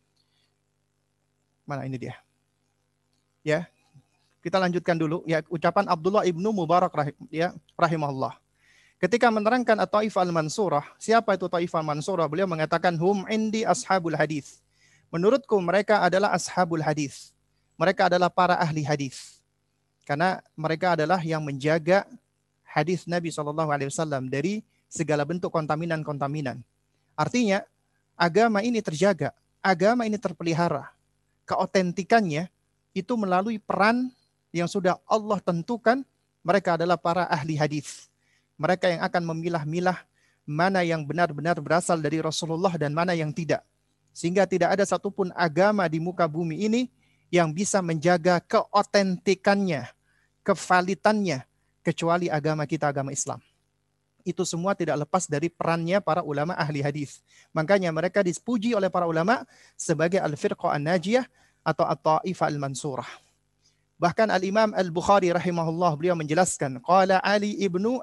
Mana ini dia? Ya, kita lanjutkan dulu ya, ucapan Abdullah ibnu Mubarak rahim, ya, rahimahullah. Ketika menerangkan at-Taifah al-Mansurah, siapa itu Taifah al-Mansurah? Beliau mengatakan hum indi ashabul hadis. Menurutku mereka adalah ashabul hadis. mereka adalah para ahli hadis. Karena mereka adalah yang menjaga hadis Nabi shallallahu alaihi wasallam dari segala bentuk kontaminan-kontaminan. Artinya, agama ini terjaga, agama ini terpelihara. Keotentikannya itu melalui peran yang sudah Allah tentukan, mereka adalah para ahli hadis. Mereka yang akan memilah-milah mana yang benar-benar berasal dari Rasulullah dan mana yang tidak. Sehingga tidak ada satupun agama di muka bumi ini yang bisa menjaga keotentikannya, kevalitannya, kecuali agama kita, agama Islam. Itu semua tidak lepas dari perannya para ulama ahli hadis. Makanya mereka dipuji oleh para ulama sebagai al-firqah an-najiyah atau at-ta'ifah al-mansurah. Bahkan al-Imam al-Bukhari rahimahullah, beliau menjelaskan, qala Ali ibnu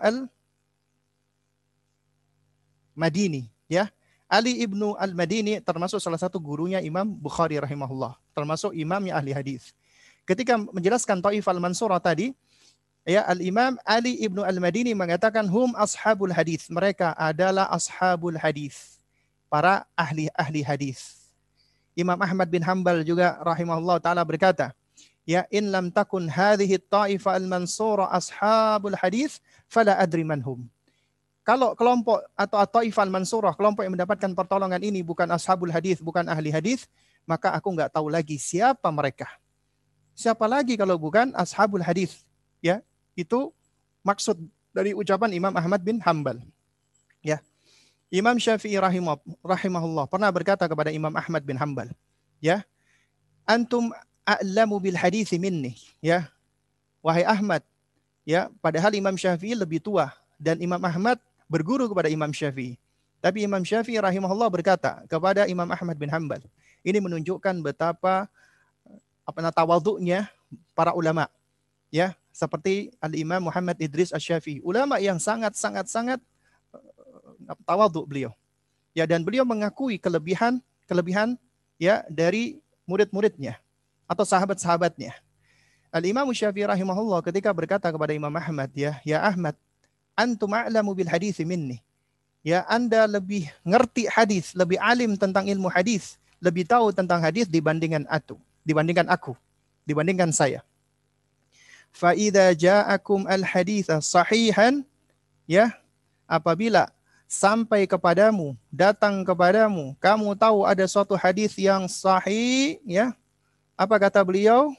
al-Madini, ya. Ali ibnu al-Madini termasuk salah satu gurunya Imam Bukhari rahimahullah, termasuk imamnya ahli hadis. Ketika menjelaskan ta'ifah al-mansurah tadi, ya, Al-Imam Ali ibnu al-Madini mengatakan hum ashabul hadis. Mereka adalah ashabul hadis, para ahli-ahli hadis. Imam Ahmad bin Hanbal juga rahimahullah ta'ala berkata, ya, in lam takun hadhihi ta'ifah al-mansura ashabul hadis, fala adri manhum. Kalau kelompok atau ta'ifah al-mansurah, kelompok yang mendapatkan pertolongan ini bukan ashabul hadis, bukan ahli hadis, maka aku nggak tahu lagi siapa mereka. Siapa lagi kalau bukan ashabul hadis? Ya, itu maksud dari ucapan Imam Ahmad bin Hanbal. Ya. Imam Syafi'i rahimah, rahimahullah pernah berkata kepada Imam Ahmad bin Hanbal, ya, antum a'lamu bil hadits minni, ya. Wahai Ahmad, ya, padahal Imam Syafi'i lebih tua dan Imam Ahmad berguru kepada Imam Syafi'i. Tapi Imam Syafi'i rahimahullah berkata kepada Imam Ahmad bin Hanbal, ini menunjukkan betapa apa tawadhu'nya para ulama, ya, seperti Al-Imam Muhammad Idris Asy-Syafi'i, ulama yang sangat-sangat-sangat tawadhu beliau. Ya, dan beliau mengakui kelebihan kelebihan ya dari murid-muridnya atau sahabat-sahabatnya. Al-Imam Syafi'i rahimahullah ketika berkata kepada Imam Ahmad, ya, ya Ahmad, antum a'lamu bil hadits minni. Ya, Anda lebih ngerti hadis, lebih alim tentang ilmu hadis, lebih tahu tentang hadis dibandingkan aku, dibandingkan aku, dibandingkan saya. Fa idza ja'akum al-haditsa sahihan, ya, apabila sampai kepadamu, datang kepadamu, kamu tahu ada suatu hadis yang sahih, ya. Apa kata beliau?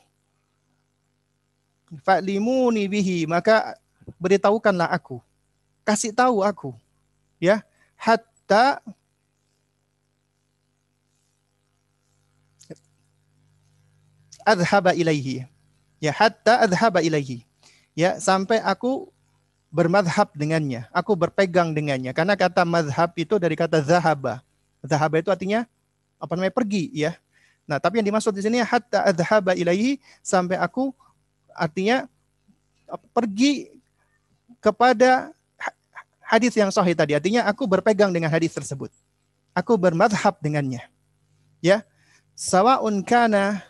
Fa'limuni bihi, maka beritahukanlah aku. Kasih tahu aku, ya, hatta adhaba ilaihi. Ya, hatta adhaba ilaihi. Ya, sampai aku bermadhab dengannya, aku berpegang dengannya. Karena kata madhab itu dari kata zahaba. Zahaba itu artinya apa namanya, pergi, ya. Nah, tapi yang dimaksud di sini hatta adhaba ilaihi, sampai aku artinya pergi kepada hadis yang sahih tadi. Artinya aku berpegang dengan hadis tersebut. Aku bermadhab dengannya. Ya. Sawa'un kana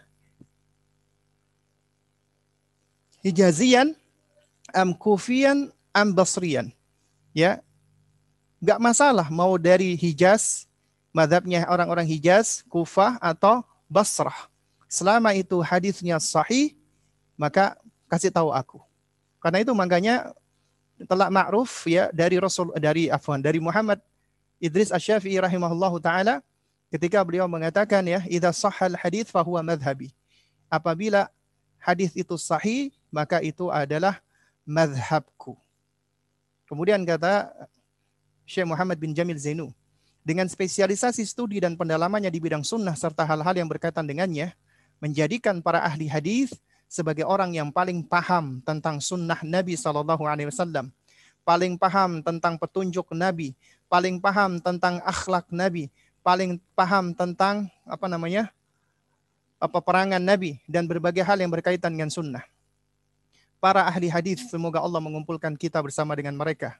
Hijazian am Kufian am Basrian. Ya. Enggak masalah mau dari Hijaz, mazhabnya orang-orang Hijaz, Kufah atau Basrah. Selama itu hadisnya sahih, maka kasih tahu aku. Karena itu makanya telah ma'ruf, ya, dari Rasul dari afwan dari Muhammad Idris Asy-Syafi'i rahimahullahu taala ketika beliau mengatakan, ya, idza shahhal hadits fa huwa madhhabi. Apabila hadis itu sahih, maka itu adalah madhabku. Kemudian kata Syekh Muhammad bin Jamil Zainu, dengan spesialisasi studi dan pendalamannya di bidang sunnah serta hal-hal yang berkaitan dengannya, menjadikan para ahli hadis sebagai orang yang paling paham tentang sunnah Nabi shallallahu alaihi wasallam, paling paham tentang petunjuk Nabi, paling paham tentang akhlak Nabi, paling paham tentang apa namanya apa perangan Nabi dan berbagai hal yang berkaitan dengan sunnah. Para ahli hadis, semoga Allah mengumpulkan kita bersama dengan mereka.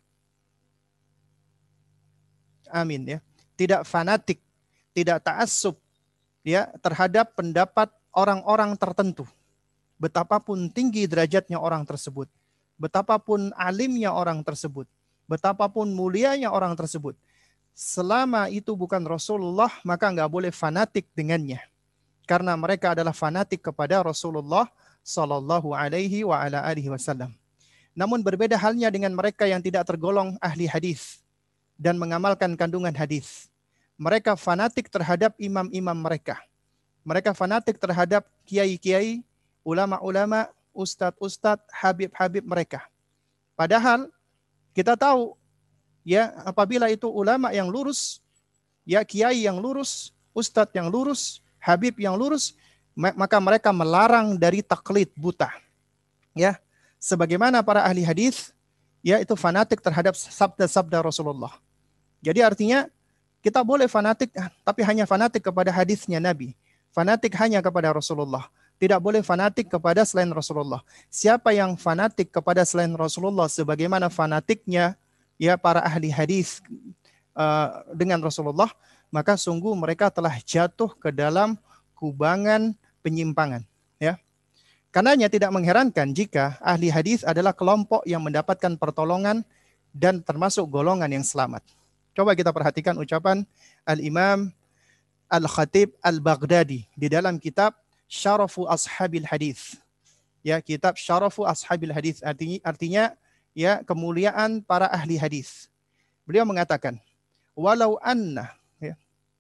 Amin, ya. Tidak fanatik, tidak ta'assub, ya, terhadap pendapat orang-orang tertentu. Betapapun tinggi derajatnya orang tersebut, betapapun alimnya orang tersebut, betapapun mulianya orang tersebut, selama itu bukan Rasulullah, maka nggak boleh fanatik dengannya. karena mereka adalah fanatik kepada Rasulullah sallallahu alaihi wa ala alihi wasallam. Namun berbeda halnya dengan mereka yang tidak tergolong ahli hadis dan mengamalkan kandungan hadis. Mereka fanatik terhadap imam-imam mereka. Mereka fanatik terhadap kiai-kiai, ulama-ulama, ustadz-ustadz, habib-habib mereka. Padahal kita tahu ya, apabila itu ulama yang lurus, ya kiai yang lurus, ustadz yang lurus, habib yang lurus, maka mereka melarang dari taklid buta. Ya, sebagaimana para ahli hadis, ya itu fanatik terhadap sabda-sabda Rasulullah. Jadi artinya kita boleh fanatik, tapi hanya fanatik kepada hadisnya Nabi. Fanatik hanya kepada Rasulullah. Tidak boleh fanatik kepada selain Rasulullah. Siapa yang fanatik kepada selain Rasulullah sebagaimana fanatiknya ya para ahli hadis uh, dengan Rasulullah, maka sungguh mereka telah jatuh ke dalam kubangan penyimpangan. Ya, karenanya tidak mengherankan jika ahli hadis adalah kelompok yang mendapatkan pertolongan dan termasuk golongan yang selamat. Coba kita perhatikan ucapan Al-Imam Al-Khatib Al-Baghdadi di dalam kitab Syarafu Ashabil Hadis. Ya, kitab Syarafu Ashabil Hadis artinya, artinya ya kemuliaan para ahli hadis. Beliau mengatakan, walau anna ya,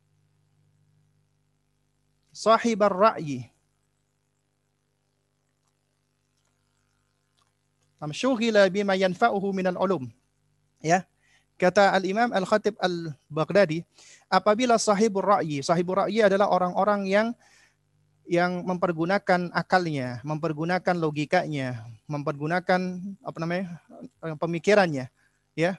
sahibar ra'yi amsyughila bima yanfa'uhu minal ulum. Ya, kata Al-Imam Al-Khatib Al-Baghdadi, apabila sahibur ra'yi, sahibur ra'yi adalah orang-orang yang yang mempergunakan akalnya, mempergunakan logikanya, mempergunakan apa namanya pemikirannya, ya.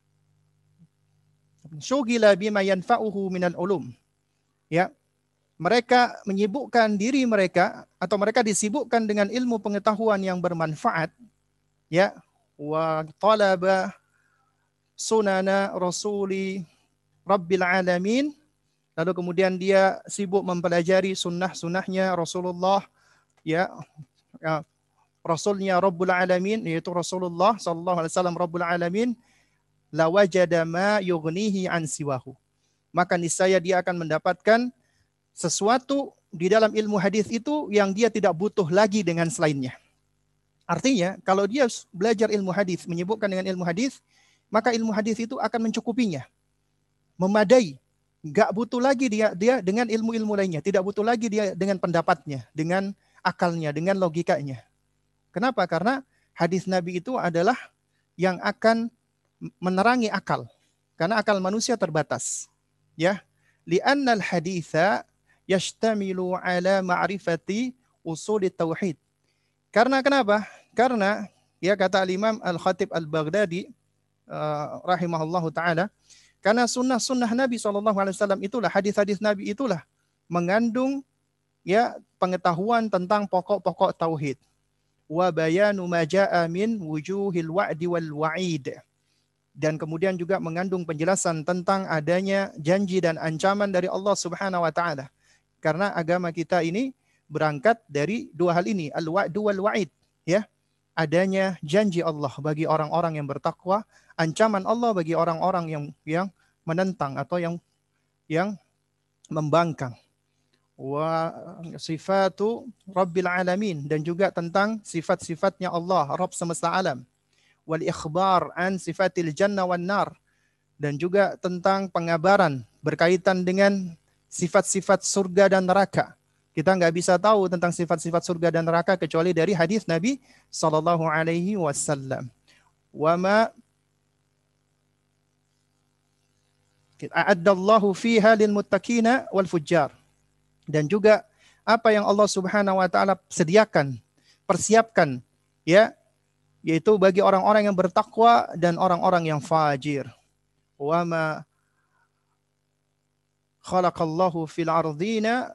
Syughila bima yanfa'uhu minal ulum. Ya. Mereka menyibukkan diri mereka atau mereka disibukkan dengan ilmu pengetahuan yang bermanfaat, ya. Wa talaba sunana rasuli rabbil alamin. Lalu kemudian dia sibuk mempelajari sunnah-sunnahnya Rasulullah, ya, ya Rasulnya Rabbul Alamin, yaitu Rasulullah Sallallahu Alaihi Wasallam Rabbul Alamin, la wajada ma yughnihi an siwahu. Maka niscaya dia akan mendapatkan sesuatu di dalam ilmu hadis itu yang dia tidak butuh lagi dengan selainnya. Artinya, kalau dia belajar ilmu hadis, menyibukkan dengan ilmu hadis, maka ilmu hadis itu akan mencukupinya, memadai. Gak butuh lagi dia dia dengan ilmu-ilmu lainnya, tidak butuh lagi dia dengan pendapatnya, dengan akalnya, dengan logikanya. Kenapa? Karena hadis Nabi itu adalah yang akan menerangi akal. Karena akal manusia terbatas. Ya, li'annal haditha yashtamilu ala ma'rifati usul tauhid. Karena kenapa? Karena ya kata Al-Imam Al-Khatib Al-Baghdadi uh, rahimahullahu taala, karena sunnah-sunnah Nabi shallallahu alaihi wasallam itulah, hadis-hadis Nabi itulah mengandung ya pengetahuan tentang pokok-pokok tauhid. Wa bayanu ma jaa min wujuhil wa'di wal wa'id. Dan kemudian juga mengandung penjelasan tentang adanya janji dan ancaman dari Allah Subhanahu wa taala. Karena agama kita ini berangkat dari dua hal ini, al-wa'du wal wa'id, ya. Adanya janji Allah bagi orang-orang yang bertakwa, ancaman Allah bagi orang-orang yang yang menentang atau yang yang membangkang. Wa sifatu Rabbil Alamin, dan juga tentang sifat-sifatnya Allah, Rabb semesta alam. Wal ikhbar an sifatil jannah wan nar, dan juga tentang pengabaran berkaitan dengan sifat-sifat surga dan neraka. Kita nggak bisa tahu tentang sifat-sifat surga dan neraka kecuali dari hadis Nabi sallallahu alaihi wasallam. Wa ma a'addallahu fiha lil muttaqina wal fujjar. Dan juga apa yang Allah Subhanahu wa taala sediakan, persiapkan, ya, yaitu bagi orang-orang yang bertakwa dan orang-orang yang fajir. Wa ma khalaqallahu fil ardina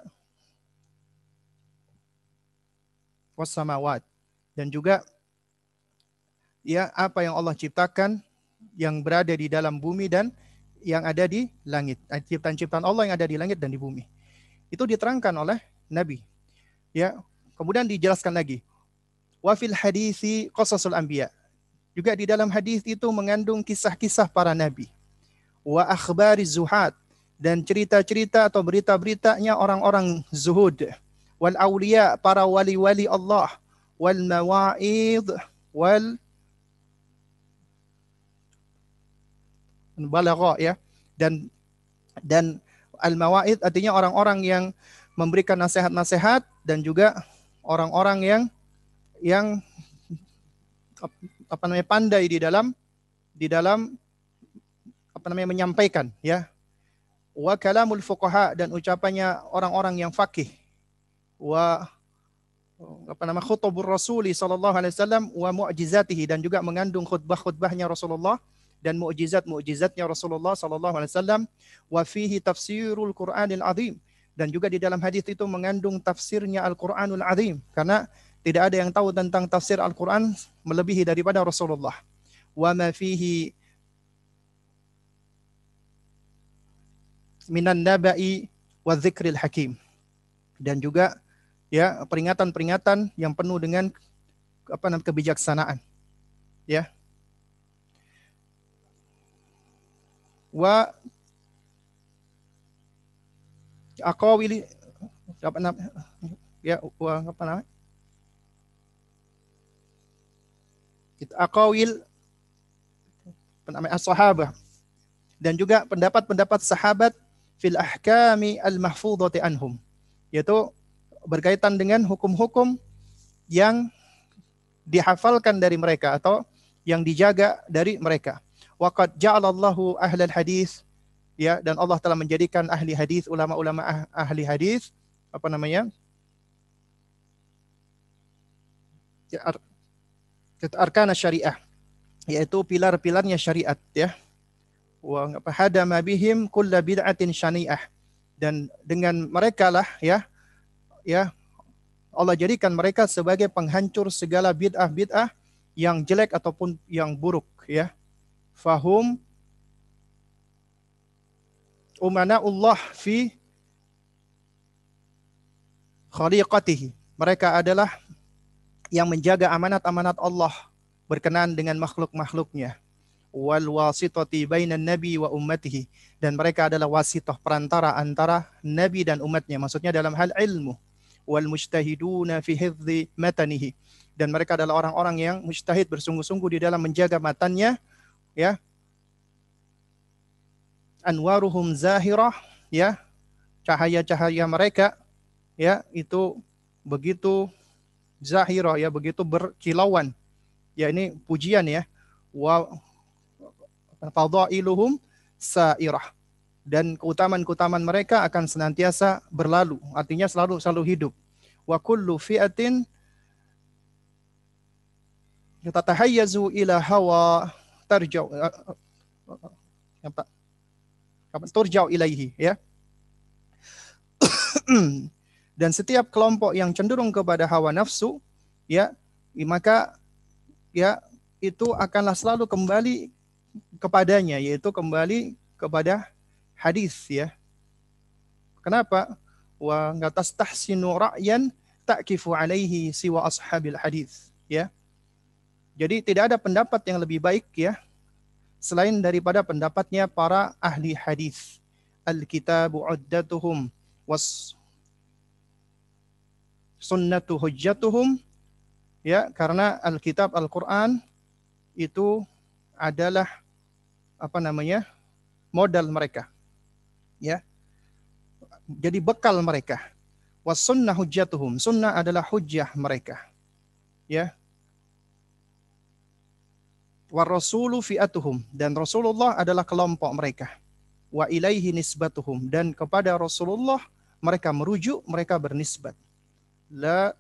was samawat. Dan juga ya apa yang Allah ciptakan yang berada di dalam bumi dan yang ada di langit. Ciptaan-ciptaan Allah yang ada di langit dan di bumi. Itu diterangkan oleh Nabi. Ya, kemudian dijelaskan lagi. Wa fil hadisi qasasul anbiya. Juga di dalam hadis itu mengandung kisah-kisah para nabi. Wa akhbari zuhad, dan cerita-cerita atau berita-beritanya orang-orang zuhud, wal auliya, para wali-wali Allah, wal mawaid, wal balagha, ya, dan dan al mawaid artinya orang-orang yang memberikan nasihat-nasihat, dan juga orang-orang yang yang apa namanya pandai di dalam di dalam apa namanya menyampaikan, ya. Wa kalamul fuqaha, dan ucapannya orang-orang yang fakih, wa apa nama khutbur Rasuli sallallahu alaihi wasallam, wa mu'jizatihi, dan juga mengandung khutbah-khutbahnya Rasulullah dan mukjizat-mukjizatnya Rasulullah sallallahu alaihi wasallam. Wa fihi tafsirul Qur'anil azim, dan juga di dalam hadis itu mengandung tafsirnya Al-Qur'anul azim, karena tidak ada yang tahu tentang tafsir Al-Qur'an melebihi daripada Rasulullah. Wa ma fihi minan naba'i wa dzikril hakim, dan juga ya peringatan-peringatan yang penuh dengan apa namanya kebijaksanaan, ya. Wa aqawili apa namanya ya wa apa namanya aqawil apa namanya as-sahabah, dan juga pendapat-pendapat sahabat fil ahkami al-mahfudhati anhum, yaitu berkaitan dengan hukum-hukum yang dihafalkan dari mereka atau yang dijaga dari mereka. Waqad ja'alallahu ahlal hadis, ya, dan Allah telah menjadikan ahli hadis, ulama-ulama ah, ahli hadis apa namanya? Ya, ar, arkana syariah, yaitu pilar-pilarnya syariat, ya. Wa hadama bihim kulla bid'atin syani'ah, dan dengan mereka lah, ya, ya Allah jadikan mereka sebagai penghancur segala bid'ah-bid'ah yang jelek ataupun yang buruk, ya. Fahum umana'ullah fi khaliqatihi, mereka adalah yang menjaga amanat-amanat Allah berkenaan dengan makhluk-makhluknya. Wal wasitati bainan nabi wa ummatihi, dan mereka adalah wasitoh, perantara antara nabi dan umatnya, maksudnya dalam hal ilmu. Wal mujtahiduna fi hifdzi matanihi, dan mereka adalah orang-orang yang mujtahid, bersungguh-sungguh di dalam menjaga matannya, ya. Anwaruhum zahirah, ya, cahaya-cahaya mereka, ya, itu begitu zahirah, ya, begitu berkilauan, ya, ini pujian, ya. Wa fadailuhum sairah, dan keutamaan-keutamaan mereka akan senantiasa berlalu, artinya selalu selalu hidup. Wa kullu fi'atin yatatahayyazu ila hawa tarjau apa apa turjau ilaihi, ya. Dan setiap kelompok yang cenderung kepada hawa nafsu, ya, maka ya itu akanlah selalu kembali kepadanya, yaitu kembali kepada hadis, ya. Kenapa? Wa ngatastahsinu ra'yan ta'kifu alaihi siwa ashabil hadis, ya. Jadi tidak ada pendapat yang lebih baik, ya, selain daripada pendapatnya para ahli hadis. Al-kitabu uddatuhum was sunnatu hujjatuhum, ya, karena Alkitab Al-Qur'an itu adalah apa namanya modal mereka, ya, jadi bekal mereka. Was sunnah hujjatuhum, sunnah adalah hujjah mereka, ya. War rasulu fi'atuhum, dan Rasulullah adalah kelompok mereka. Wa ilaihi nisbatuhum, dan kepada Rasulullah mereka merujuk, mereka bernisbat. La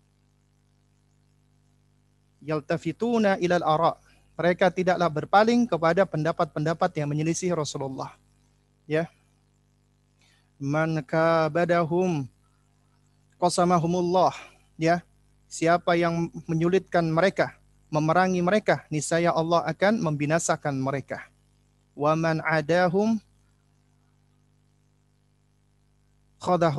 yaltafituna ilal ara', mereka tidaklah berpaling kepada pendapat-pendapat yang menyelisih Rasulullah, ya. Man kabadahum qasamahumullah, ya, siapa yang menyulitkan mereka, memerangi mereka, niscaya Allah akan membinasakan mereka. Wa man adahum khadah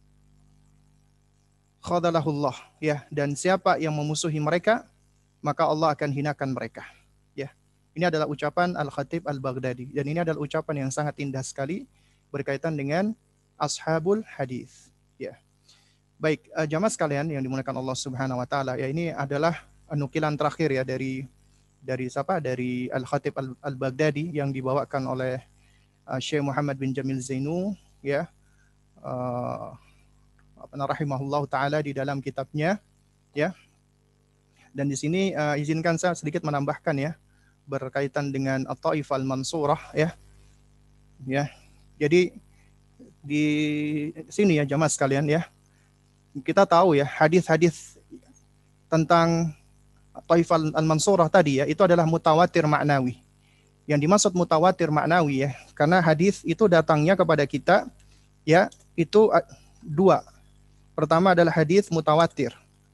khadalahullah, ya, dan siapa yang memusuhi mereka, maka Allah akan hinakan mereka, ya. Ini adalah ucapan Al-Khatib Al-Baghdadi, dan ini adalah ucapan yang sangat indah sekali, berkaitan dengan ashabul hadis. Ya. Baik, uh, jamaah sekalian yang dimuliakan Allah Subhanahu wa taala, ya ini adalah nukilan terakhir ya dari dari siapa? Dari Al-Khatib Al-Baghdadi yang dibawakan oleh uh, Syekh Muhammad bin Jamil Zainu, ya. Uh, rahimahullah taala di dalam kitabnya, ya. Dan di sini uh, izinkan saya sedikit menambahkan ya berkaitan dengan At-Taifah Al-Mansurah, ya. Ya. Jadi di sini ya jamaah sekalian ya, kita tahu ya hadis-hadis tentang Taifah Al-Mansurah tadi ya, itu adalah mutawatir maknawi. Yang dimaksud mutawatir maknawi ya, karena hadis itu datangnya kepada kita ya, itu dua. Pertama adalah hadis mutawatir.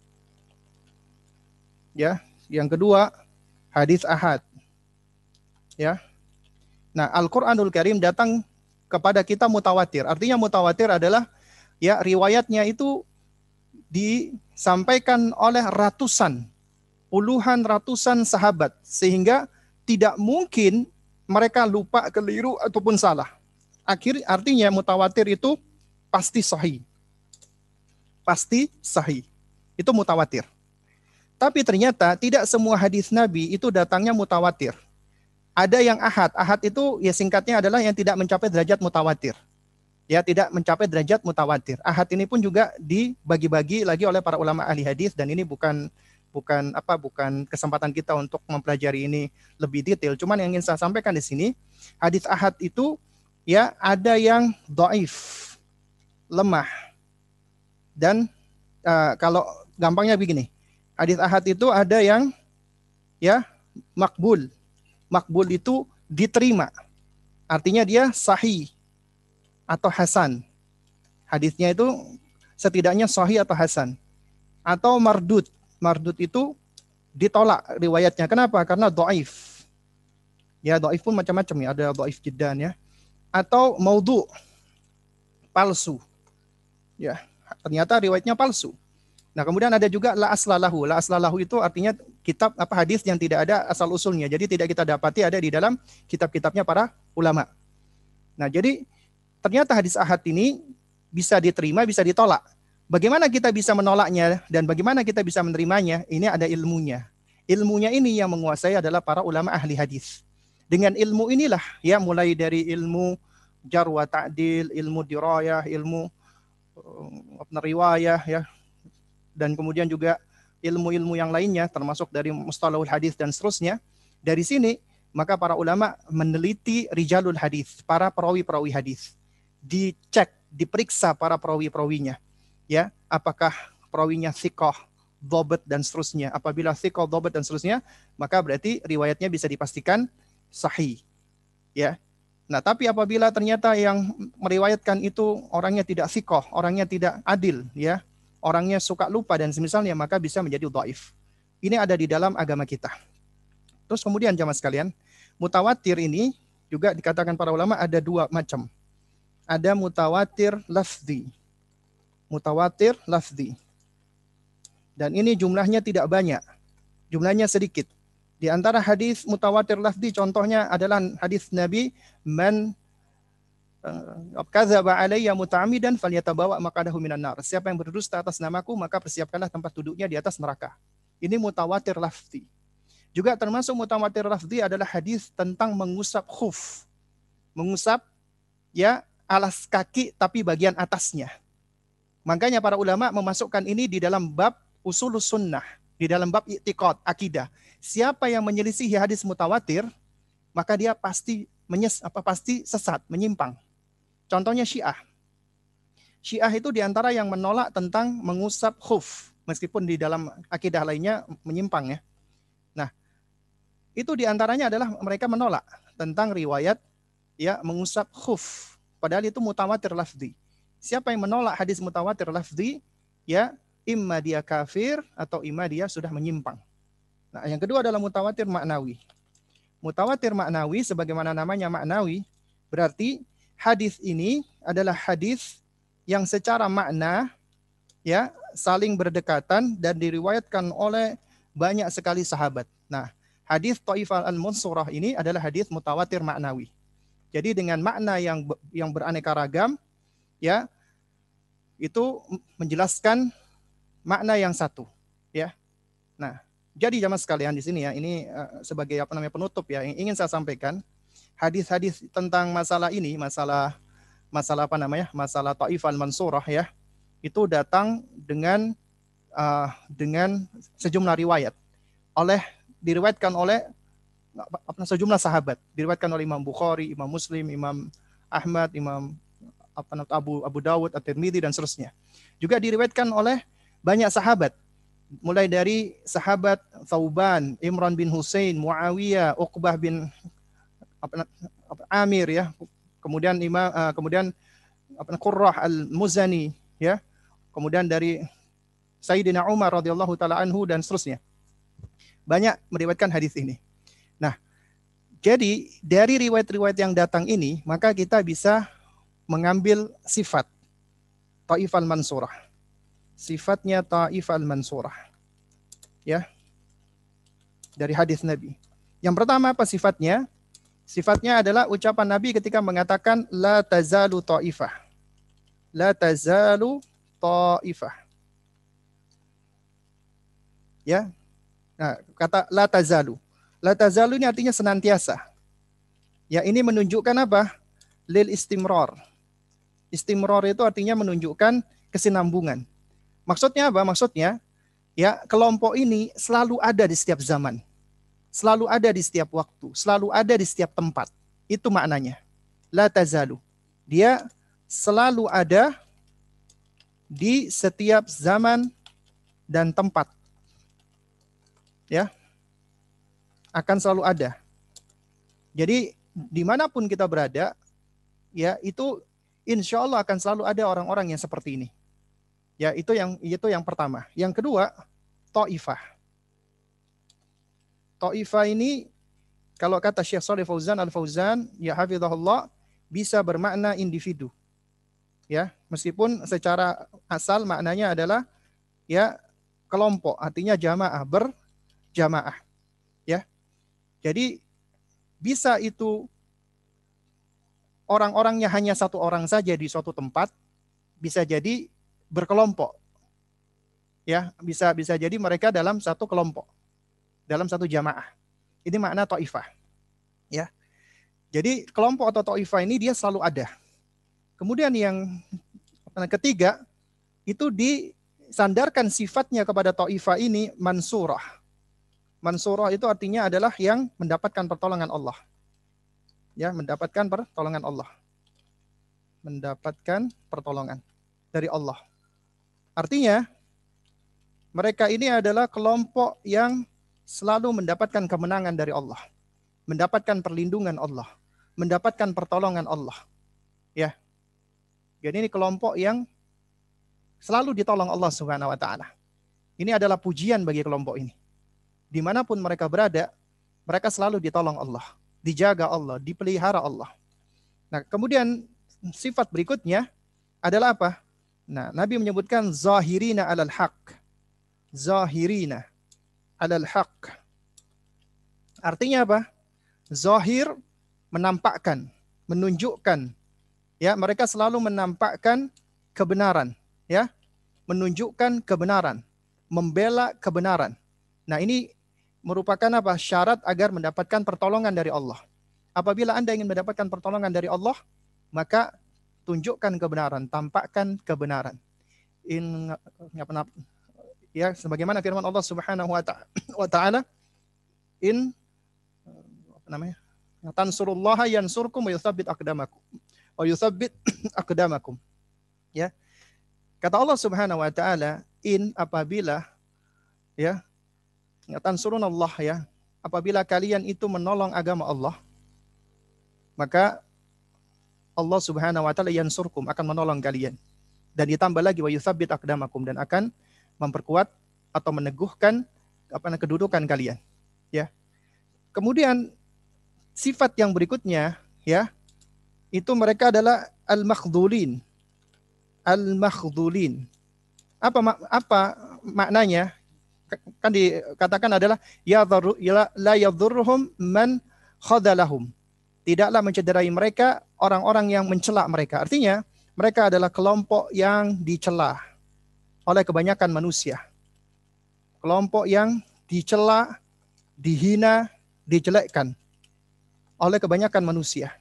Ya, yang kedua hadis ahad. Ya. Nah, Al-Qur'anul Karim datang kepada kita mutawatir. Artinya mutawatir adalah ya riwayatnya itu disampaikan oleh ratusan, puluhan ratusan sahabat, sehingga tidak mungkin mereka lupa, keliru ataupun salah. Akhir artinya mutawatir itu pasti sahih. Pasti sahih. Itu mutawatir. Tapi ternyata tidak semua hadis Nabi itu datangnya mutawatir. Ada yang ahad. Ahad itu ya singkatnya adalah yang tidak mencapai derajat mutawatir. Ya, tidak mencapai derajat mutawatir. Ahad ini pun juga dibagi-bagi lagi oleh para ulama ahli hadis, dan ini bukan bukan apa bukan kesempatan kita untuk mempelajari ini lebih detail. Cuman yang ingin saya sampaikan di sini, hadis ahad itu ya ada yang dhaif, lemah. Dan uh, kalau gampangnya begini, hadis ahad itu ada yang ya makbul. Makbul itu diterima. Artinya dia sahih atau hasan. Hadisnya itu setidaknya sahih atau hasan. Atau mardud. Mardud itu ditolak riwayatnya. Kenapa? Karena dhaif. Ya, dhaif pun macam-macam ya. Ada dhaif jiddan ya. Atau maudhu. Palsu. Ya, ternyata riwayatnya palsu. Nah, kemudian ada juga la aslalahu. La aslalahu itu artinya kitab apa hadis yang tidak ada asal usulnya. Jadi tidak kita dapati ada di dalam kitab-kitabnya para ulama. Nah, jadi ternyata hadis ahad ini bisa diterima, bisa ditolak. Bagaimana kita bisa menolaknya dan bagaimana kita bisa menerimanya? Ini ada ilmunya. Ilmunya ini yang menguasai adalah para ulama ahli hadis. Dengan ilmu inilah ya, mulai dari ilmu jar wa ta'dil, ilmu dirayah, ilmu uh, riwayah ya, dan kemudian juga ilmu-ilmu yang lainnya termasuk dari mustalahul hadis dan seterusnya. Dari sini maka para ulama meneliti rijalul hadis, para perawi-perawi hadis. Dicek, diperiksa para perawi-perawinya. Ya, apakah perawinya thiqah, dhabat dan seterusnya. Apabila thiqah, dhabat dan seterusnya, maka berarti riwayatnya bisa dipastikan sahih. Ya. Nah, tapi apabila ternyata yang meriwayatkan itu orangnya tidak thiqah, orangnya tidak adil, ya, orangnya suka lupa dan semisalnya, maka bisa menjadi dhaif. Ini ada di dalam agama kita. Terus kemudian jamaah sekalian, mutawatir ini juga dikatakan para ulama ada dua macam. Ada mutawatir lafzi. Mutawatir lafzi. Dan ini jumlahnya tidak banyak. Jumlahnya sedikit. Di antara hadis mutawatir lafzi contohnya adalah hadis Nabi, man kadzaba alayya muta'ammidan falyatabawa maq'adahu minan nar. Siapa yang berdusta atas namaku, maka persiapkanlah tempat duduknya di atas neraka. Ini mutawatir lafzi. Juga termasuk mutawatir lafzi adalah hadis tentang mengusap khuf. Mengusap ya alas kaki tapi bagian atasnya. Makanya para ulama memasukkan ini di dalam bab usulus sunnah, di dalam bab i'tiqad, akidah. Siapa yang menyelisihi hadis mutawatir, maka dia pasti menyes apa pasti sesat, menyimpang. Contohnya Syiah. Syiah itu diantara yang menolak tentang mengusap khuf, meskipun di dalam akidah lainnya menyimpang ya. Nah, itu diantaranya adalah mereka menolak tentang riwayat ya mengusap khuf. Padahal itu mutawatir lafzi. Siapa yang menolak hadis mutawatir lafzi, ya imma dia kafir atau imma dia sudah menyimpang. Nah, yang kedua adalah mutawatir maknawi. Mutawatir maknawi sebagaimana namanya maknawi, berarti hadis ini adalah hadis yang secara makna ya saling berdekatan dan diriwayatkan oleh banyak sekali sahabat. Nah, hadis Taifah Al-Mansurah ini adalah hadis mutawatir maknawi. Jadi dengan makna yang yang beraneka ragam, ya, itu menjelaskan makna yang satu, ya. Nah, jadi jamaah sekalian di sini ya, ini uh, sebagai apa namanya penutup ya, yang ingin saya sampaikan, hadis-hadis tentang masalah ini, masalah masalah apa namanya, masalah Taifah al-Mansurah ya, itu datang dengan uh, dengan sejumlah riwayat, oleh diriwayatkan oleh apa, sejumlah sahabat, diriwayatkan oleh Imam Bukhari, Imam Muslim, Imam Ahmad, Imam apa Abu Abu Dawud, At-Tirmidzi dan seterusnya. Juga diriwayatkan oleh banyak sahabat, mulai dari sahabat Thauban, Imran bin Husain, Muawiyah, Uqbah bin apa, apa, Amir ya, kemudian Imam uh, kemudian apa Qurrah al-Muzani ya, kemudian dari Sayyidina Umar radhiyallahu taala anhu dan seterusnya. Banyak meriwayatkan hadis ini. Nah, jadi dari riwayat-riwayat yang datang ini, maka kita bisa mengambil sifat Taifah al-Mansurah. Sifatnya Taifah al-Mansurah. Ya. Dari hadis Nabi. Yang pertama apa sifatnya? Sifatnya adalah ucapan Nabi ketika mengatakan la tazalu Taifah. La tazalu Taifah. Ya. Nah, kata la tazalu. La tazalu ini artinya senantiasa. Ya, ini menunjukkan apa? Lil istimrar. Istimrar itu artinya menunjukkan kesinambungan. Maksudnya apa? Maksudnya, ya, kelompok ini selalu ada di setiap zaman. Selalu ada di setiap waktu, selalu ada di setiap tempat. Itu maknanya. La tazalu. Dia selalu ada di setiap zaman dan tempat. Ya. Akan selalu ada. Jadi, dimanapun kita berada, ya, itu insya Allah akan selalu ada orang-orang yang seperti ini. Ya, itu yang itu yang pertama. Yang kedua, Taifah. Taifah ini kalau kata Syekh Shalih Fauzan Al-Fauzan, ya hafizahullah, bisa bermakna individu. Ya, meskipun secara asal maknanya adalah ya kelompok, artinya jamaah, berjamaah. Ya. Jadi bisa itu orang-orangnya hanya satu orang saja di suatu tempat, bisa jadi berkelompok. Ya, bisa bisa jadi mereka dalam satu kelompok, dalam satu jamaah. Ini makna Taifah. Ya. Jadi kelompok atau Taifah ini dia selalu ada. Kemudian yang ketiga, itu disandarkan sifatnya kepada Taifah ini mansurah. Mansurah itu artinya adalah yang mendapatkan pertolongan Allah. Ya, mendapatkan pertolongan Allah. Mendapatkan pertolongan dari Allah. Artinya, mereka ini adalah kelompok yang selalu mendapatkan kemenangan dari Allah. Mendapatkan perlindungan Allah. Mendapatkan pertolongan Allah. Ya. Jadi ini kelompok yang selalu ditolong Allah Subhanahu wa taala. Ini adalah pujian bagi kelompok ini. Dimanapun mereka berada, mereka selalu ditolong Allah. Dijaga Allah, dipelihara Allah. Nah, kemudian sifat berikutnya adalah apa? Nah, Nabi menyebutkan zahirina alal haq. Zahirina alal haq. Artinya apa? Zahir menampakkan, menunjukkan. Ya, mereka selalu menampakkan kebenaran, ya. Menunjukkan kebenaran, membela kebenaran. Nah, ini merupakan apa? Syarat agar mendapatkan pertolongan dari Allah. Apabila Anda ingin mendapatkan pertolongan dari Allah, maka tunjukkan kebenaran, tampakkan kebenaran. In ya sebagaimana firman Allah Subhanahu wa taala, in apa namanya? Tansurullaha yansurkum wa yutsabbit aqdamakum. Wa yutsabbit aqdamakum. Ya. Kata Allah Subhanahu wa taala, in apabila ya tansurunallah ya, apabila kalian itu menolong agama Allah, maka Allah Subhanahu wa taala yansurkum, akan menolong kalian. Dan ditambah lagi wa yutsabbit aqdamakum, dan akan memperkuat atau meneguhkan apa kedudukan kalian. Ya. Kemudian sifat yang berikutnya ya, itu mereka adalah al-makhdhulin. Al-makhdhulin. Apa apa maknanya? Kan dikatakan adalah ya la yadhurruhum man khadalahum. tidaklah mencederai mereka orang-orang yang mencela mereka. Artinya, mereka adalah kelompok yang dicela oleh kebanyakan manusia. Kelompok yang dicela, dihina, dijelekkan oleh kebanyakan manusia.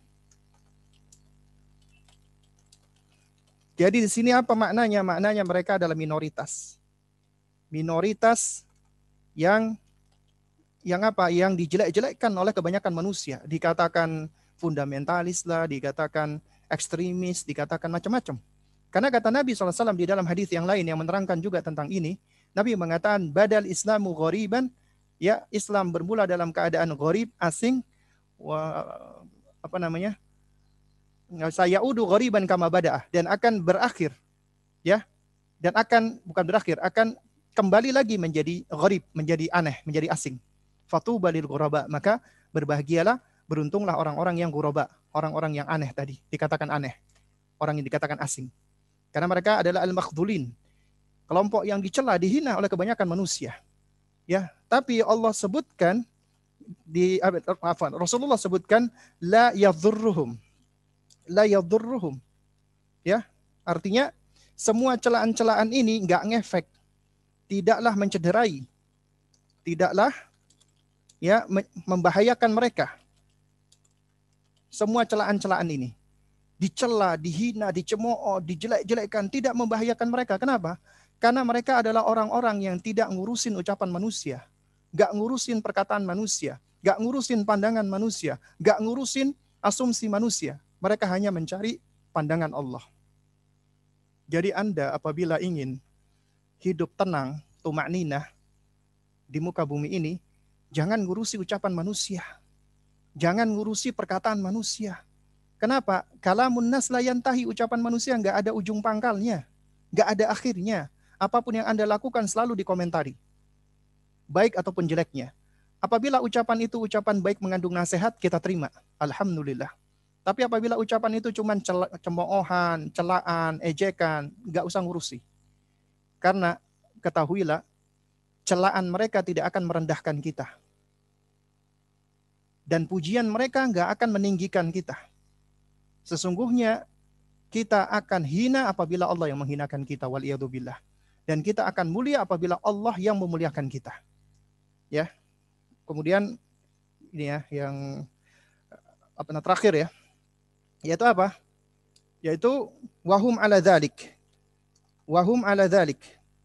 Jadi di sini apa maknanya? Maknanya mereka adalah minoritas. Minoritas yang yang apa? Yang dijelek-jelekkan oleh kebanyakan manusia. Dikatakan fundamentalis lah, dikatakan ekstremis, dikatakan macam-macam. Karena kata Nabi shallallahu alaihi wasallam di dalam hadis yang lain yang menerangkan juga tentang ini, Nabi mengatakan badal Islamu ghoriban, ya Islam bermula dalam keadaan gharib, asing, wa, apa namanya? Sayaudu ghoriban kama bada'ah, dan akan berakhir, ya, dan akan bukan berakhir, akan kembali lagi menjadi gharib, menjadi aneh, menjadi asing. Fatuba lil ghuraba, maka berbahagialah, beruntunglah orang-orang yang ghuraba, orang-orang yang aneh tadi, dikatakan aneh, orang yang dikatakan asing. Karena mereka adalah al-makhdhulin, kelompok yang dicela, dihina oleh kebanyakan manusia. Ya, tapi Allah sebutkan di apa, Rasulullah sebutkan la yadhurruhum. La yadhurruhum. Ya, artinya semua celaan-celaan ini enggak ngefek, tidaklah mencederai, tidaklah ya membahayakan mereka. Semua celaan-celaan ini, dicela, dihina, dicemooh, dijelek-jelekkan, tidak membahayakan mereka. Kenapa? Karena mereka adalah orang-orang yang tidak ngurusin ucapan manusia, gak ngurusin perkataan manusia, gak ngurusin pandangan manusia, gak ngurusin asumsi manusia. Mereka hanya mencari pandangan Allah. Jadi Anda apabila ingin hidup tenang, tumakninah di muka bumi ini, jangan ngurusi ucapan manusia, jangan ngurusi perkataan manusia. Kenapa? Kalamun nas la yantahi, ucapan manusia nggak ada ujung pangkalnya, nggak ada akhirnya. Apapun yang Anda lakukan selalu dikomentari, baik ataupun jeleknya. Apabila ucapan itu ucapan baik mengandung nasihat, kita terima, alhamdulillah. Tapi apabila ucapan itu cuma cemoohan, celaan, ejekan, nggak usah ngurusi. Karena ketahuilah, celaan mereka tidak akan merendahkan kita. Dan pujian mereka nggak akan meninggikan kita. Sesungguhnya kita akan hina apabila Allah yang menghinakan kita, waliyadzubillah. Dan kita akan mulia apabila Allah yang memuliakan kita. Ya. Kemudian ini ya yang apa nah, terakhir ya. Yaitu apa? Yaitu wahum ala dzalik. Wahum ala dzalik.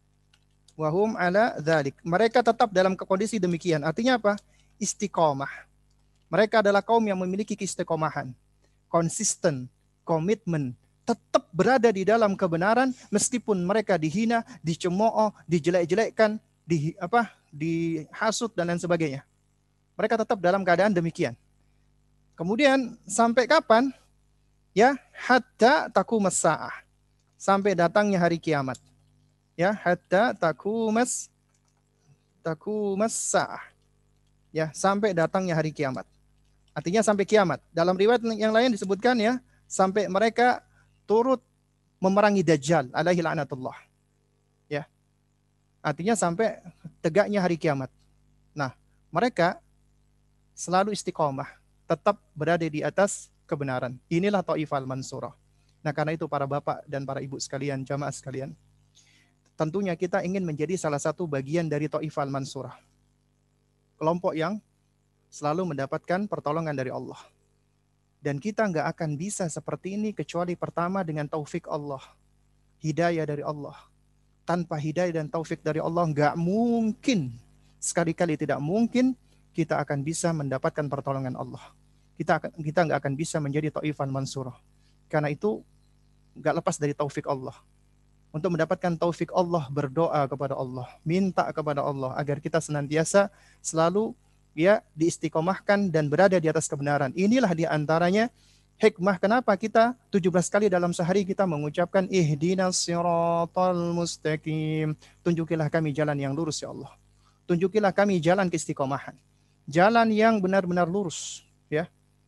Wahum ala dzalik. Mereka tetap dalam kondisi demikian. Artinya apa? Istiqomah. Mereka adalah kaum yang memiliki keistiqomahan, konsisten, komitmen, tetap berada di dalam kebenaran meskipun mereka dihina, dicemooh, dijelek-jelekkan, di apa? dihasut dan lain sebagainya. Mereka tetap dalam keadaan demikian. Kemudian sampai kapan? Ya, hatta taqumas saah. Sampai datangnya hari kiamat. Ya, hatta taqumas taqumas saah. Ya, sampai datangnya hari kiamat. Artinya sampai kiamat. Dalam riwayat yang lain disebutkan ya, sampai mereka turut memerangi Dajjal alaihi la'natullah. Ya. Artinya sampai tegaknya hari kiamat. Nah, mereka selalu istiqomah, tetap berada di atas kebenaran. Inilah Thaifah al-Mansurah. Nah, karena itu para bapak dan para ibu sekalian, jamaah sekalian, tentunya kita ingin menjadi salah satu bagian dari Thaifah al-Mansurah. Kelompok yang selalu mendapatkan pertolongan dari Allah. Dan kita nggak akan bisa seperti ini kecuali pertama dengan taufik Allah. Hidayah dari Allah. Tanpa hidayah dan taufik dari Allah nggak mungkin, sekali-kali tidak mungkin kita akan bisa mendapatkan pertolongan Allah. Kita akan, kita nggak akan bisa menjadi Thaifah al-Mansurah. Karena itu nggak lepas dari taufik Allah. Untuk mendapatkan taufik Allah, berdoa kepada Allah, minta kepada Allah agar kita senantiasa selalu ya diistiqomahkan dan berada di atas kebenaran. Inilah diantaranya hikmah kenapa kita tujuh belas kali dalam sehari kita mengucapkan ihdinas siratal mustaqim. Tunjukilah kami jalan yang lurus ya Allah. Tunjukilah kami jalan keistiqomahan. Jalan yang benar-benar lurus ya.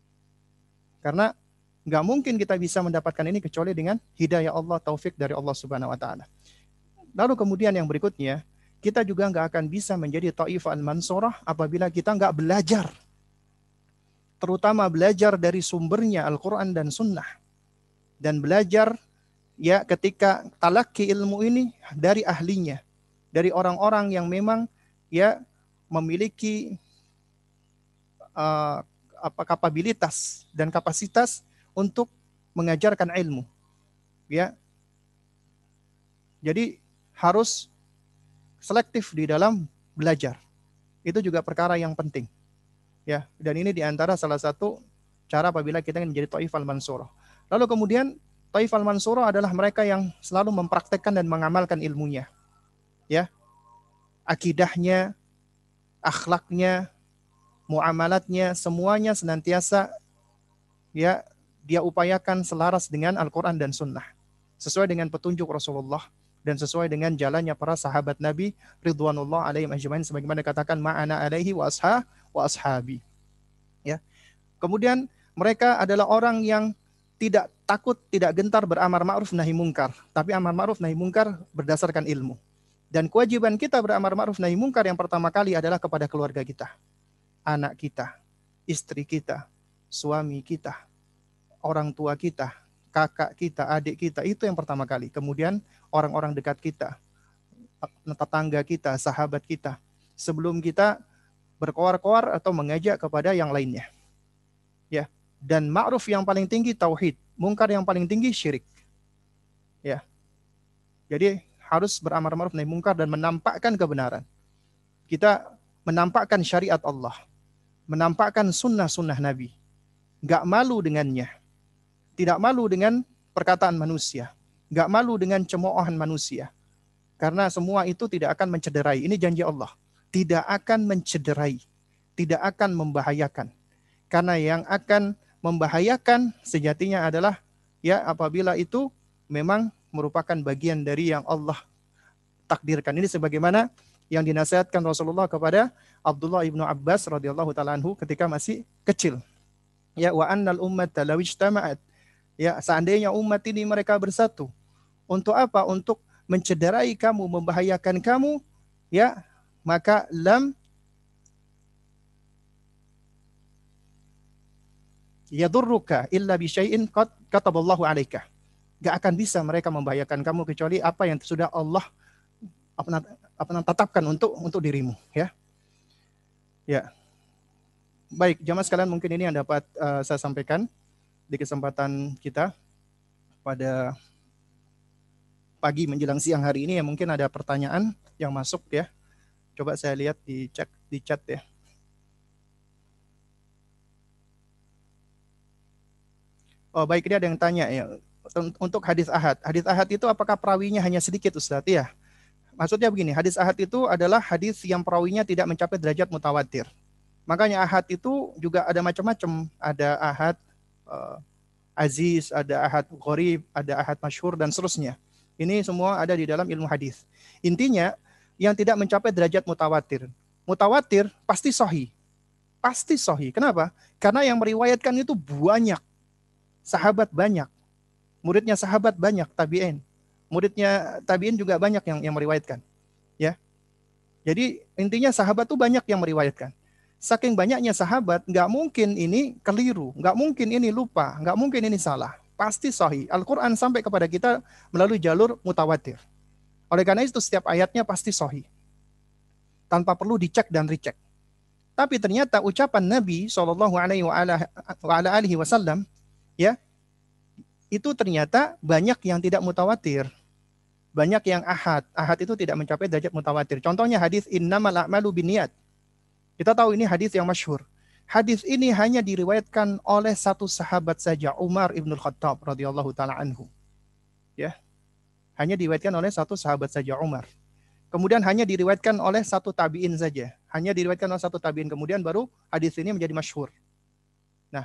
Karena nggak mungkin kita bisa mendapatkan ini kecuali dengan hidayah Allah, taufik dari Allah Subhanahu wa taala. Lalu kemudian yang berikutnya, kita juga nggak akan bisa menjadi Thaifah al-Mansurah apabila kita nggak belajar. terutama belajar dari sumbernya Al-Quran dan Sunnah, dan belajar ya ketika talaki ilmu ini dari ahlinya, dari orang-orang yang memang ya memiliki uh, apa kapabilitas dan kapasitas untuk mengajarkan ilmu, ya. Jadi harus selektif di dalam belajar. Itu juga perkara yang penting. Ya, dan ini diantara salah satu cara apabila kita ingin menjadi Taifah al-Mansurah. Lalu kemudian Taifah al-Mansurah adalah mereka yang selalu mempraktekkan dan mengamalkan ilmunya. Ya. Akidahnya, akhlaknya, muamalatnya, semuanya senantiasa ya dia upayakan selaras dengan Al-Quran dan Sunnah, sesuai dengan petunjuk Rasulullah dan sesuai dengan jalannya para sahabat Nabi ridwanullah alaihim ajmain, sebagaimana dikatakan ma'ana alaihi wa ashha wa ashabi. Ya. Kemudian mereka adalah orang yang tidak takut, tidak gentar beramar ma'ruf nahi mungkar, tapi amar ma'ruf nahi mungkar berdasarkan ilmu. Dan kewajiban kita beramar ma'ruf nahi mungkar yang pertama kali adalah kepada keluarga kita, anak kita, istri kita, suami kita, orang tua kita, kakak kita, adik kita, itu yang pertama kali. Kemudian orang-orang dekat kita, tetangga kita, sahabat kita, sebelum kita berkoar-koar atau mengajak kepada yang lainnya. Ya. Dan ma'ruf yang paling tinggi tauhid, mungkar yang paling tinggi syirik. Ya. Jadi harus beramar ma'ruf nahi mungkar dan menampakkan kebenaran. Kita menampakkan syariat Allah, menampakkan sunnah-sunnah Nabi. Gak malu dengannya. Tidak malu dengan perkataan manusia. Gak malu dengan cemoohan manusia. Karena semua itu tidak akan mencederai. Ini janji Allah. Tidak akan mencederai. Tidak akan membahayakan. Karena yang akan membahayakan sejatinya adalah ya apabila itu memang merupakan bagian dari yang Allah takdirkan. Ini sebagaimana yang dinasihatkan Rasulullah kepada Abdullah ibnu Abbas radhiyallahu taala anhu ketika masih kecil. Ya, wa annal ummata law ijtama'at. Ya, seandainya umat ini mereka bersatu. Untuk apa? Untuk mencederai kamu, membahayakan kamu, ya, maka lam yadurruka illa bi syai'in qad kataballahu 'alaika. Gak akan bisa mereka membahayakan kamu kecuali apa yang sudah Allah apa, apa tetapkan untuk untuk dirimu, ya. Ya. Baik, jamaah sekalian, mungkin ini yang dapat uh, saya sampaikan di kesempatan kita pada pagi menjelang siang hari ini. Ya, mungkin ada pertanyaan yang masuk ya. Coba saya lihat di chat di chat ya. Oh, baik, ini ada yang tanya ya. Untuk hadis ahad. Hadis ahad itu apakah perawinya hanya sedikit, Ustaz? Ya. Maksudnya begini, hadis ahad itu adalah hadis yang perawinya tidak mencapai derajat mutawatir. Makanya ahad itu juga ada macam-macam. Ada ahad uh, aziz, ada ahad gharib, ada ahad masyhur, dan seterusnya. Ini semua ada di dalam ilmu hadis. Intinya, yang tidak mencapai derajat mutawatir. Mutawatir pasti sahih. Pasti sahih. Kenapa? Karena yang meriwayatkan itu banyak. Sahabat banyak. Muridnya sahabat banyak, tabi'in. Muridnya tabi'in juga banyak yang, yang meriwayatkan. Ya. Jadi intinya sahabat itu banyak yang meriwayatkan. Saking banyaknya sahabat, nggak mungkin ini keliru, nggak mungkin ini lupa, nggak mungkin ini salah. Pasti sahih. Al-Quran sampai kepada kita melalui jalur mutawatir. Oleh karena itu setiap ayatnya pasti sahih. Tanpa perlu dicek dan recheck. Tapi ternyata ucapan Nabi shallallahu alaihi wasallam ya, itu ternyata banyak yang tidak mutawatir. Banyak yang ahad. Ahad itu tidak mencapai derajat mutawatir. Contohnya hadis innamal a'malu binniyat. Kita tahu ini hadis yang masyhur. Hadis ini hanya diriwayatkan oleh satu sahabat saja, Umar ibn Khattab radhiyallahu taala anhu. Ya. Hanya diriwayatkan oleh satu sahabat saja, Umar. Kemudian hanya diriwayatkan oleh satu tabi'in saja. Hanya diriwayatkan oleh satu tabi'in, kemudian baru hadis ini menjadi masyhur. Nah,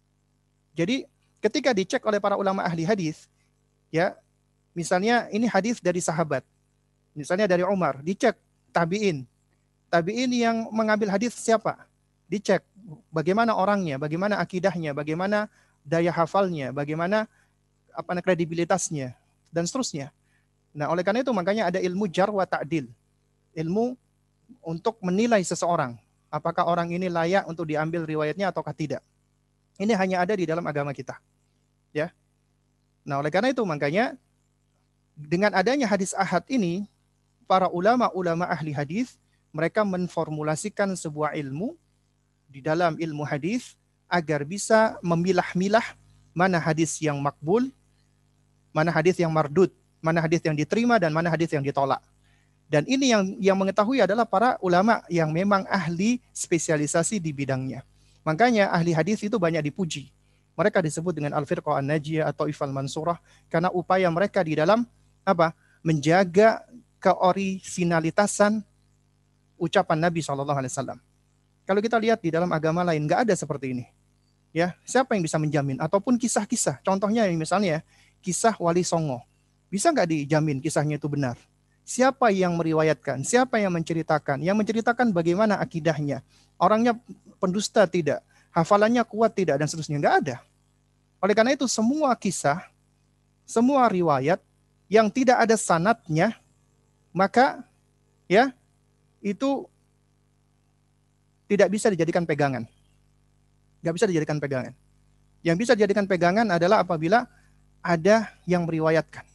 jadi ketika dicek oleh para ulama ahli hadis, ya, misalnya ini hadis dari sahabat, misalnya dari Umar, dicek tabi'in. Tabi'in yang mengambil hadis siapa? Dicek bagaimana orangnya, bagaimana akidahnya, bagaimana daya hafalnya, bagaimana apa kredibilitasnya, dan seterusnya. Nah, oleh karena itu makanya ada ilmu jar wa ta'dil. Ilmu untuk menilai seseorang. Apakah orang ini layak untuk diambil riwayatnya ataukah tidak. Ini hanya ada di dalam agama kita. Ya. Nah, oleh karena itu makanya dengan adanya hadis ahad ini, para ulama-ulama ahli hadis mereka menformulasikan sebuah ilmu di dalam ilmu hadis agar bisa memilah-milah mana hadis yang makbul, mana hadis yang mardud, mana hadis yang diterima dan mana hadis yang ditolak. Dan ini yang yang mengetahui adalah para ulama yang memang ahli spesialisasi di bidangnya. Makanya ahli hadis itu banyak dipuji. Mereka disebut dengan Al-Firqah An-Najiyah atau Ifal Mansurah karena upaya mereka di dalam apa? Menjaga keorisinalitasan ucapan Nabi shallallahu alaihi wasallam. Kalau kita lihat di dalam agama lain nggak ada seperti ini. Ya, siapa yang bisa menjamin? Ataupun kisah-kisah. Contohnya misalnya kisah Wali Songo. Bisa nggak dijamin kisahnya itu benar? Siapa yang meriwayatkan? Siapa yang menceritakan? Yang menceritakan bagaimana akidahnya? Orangnya pendusta tidak? Hafalannya kuat tidak? Dan seterusnya. Nggak ada. Oleh karena itu semua kisah, semua riwayat yang tidak ada sanadnya, maka ya itu tidak bisa dijadikan pegangan. Nggak bisa dijadikan pegangan. Yang bisa dijadikan pegangan adalah apabila ada yang meriwayatkan.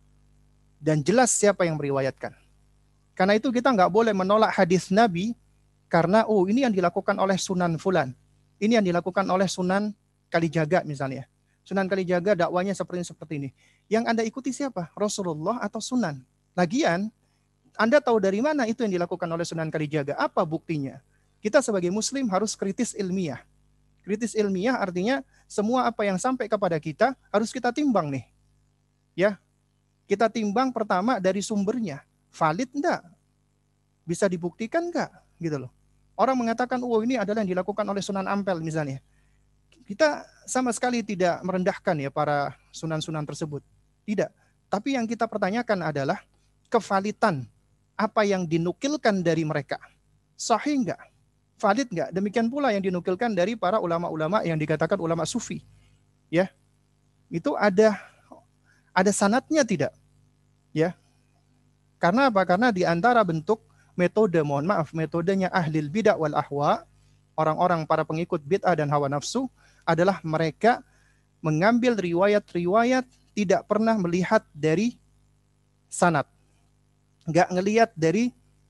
Dan jelas siapa yang meriwayatkan. Karena itu kita nggak boleh menolak hadis Nabi karena oh ini yang dilakukan oleh Sunan Fulan. Ini yang dilakukan oleh Sunan Kalijaga misalnya. Sunan Kalijaga dakwanya seperti seperti ini. Yang Anda ikuti siapa? Rasulullah atau Sunan? Lagian Anda tahu dari mana itu yang dilakukan oleh Sunan Kalijaga? Apa buktinya? Kita sebagai muslim harus kritis ilmiah. Kritis ilmiah artinya semua apa yang sampai kepada kita harus kita timbang nih. Ya. Kita timbang pertama dari sumbernya. Valid enggak? Bisa dibuktikan enggak? Gitu loh. Orang mengatakan, oh ini adalah yang dilakukan oleh Sunan Ampel misalnya. Kita sama sekali tidak merendahkan ya para sunan-sunan tersebut. Tidak. Tapi yang kita pertanyakan adalah kevalitan apa yang dinukilkan dari mereka. Sahih enggak? Valid enggak? Demikian pula yang dinukilkan dari para ulama-ulama yang dikatakan ulama sufi. Ya. Itu ada ada sanadnya tidak? Ya. Karena apa? Karena di antara bentuk metode, mohon maaf, metodenya ahlil bid'ah wal ahwa, orang-orang para pengikut bid'ah dan hawa nafsu, adalah mereka mengambil riwayat-riwayat tidak pernah melihat dari sanad. Nggak ngelihat dari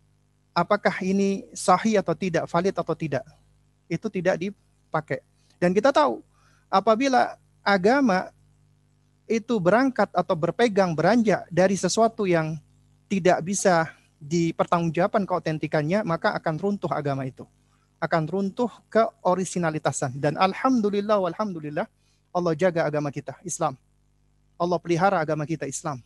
apakah ini sahih atau tidak, valid atau tidak. Itu tidak dipakai. Dan kita tahu, apabila agama itu berangkat atau berpegang, beranjak dari sesuatu yang tidak bisa dipertanggungjawabkan keautentikannya, maka akan runtuh agama itu. Akan runtuh keorisinalitasan. Dan alhamdulillah, walhamdulillah, Allah jaga agama kita, Islam. Allah pelihara agama kita, Islam.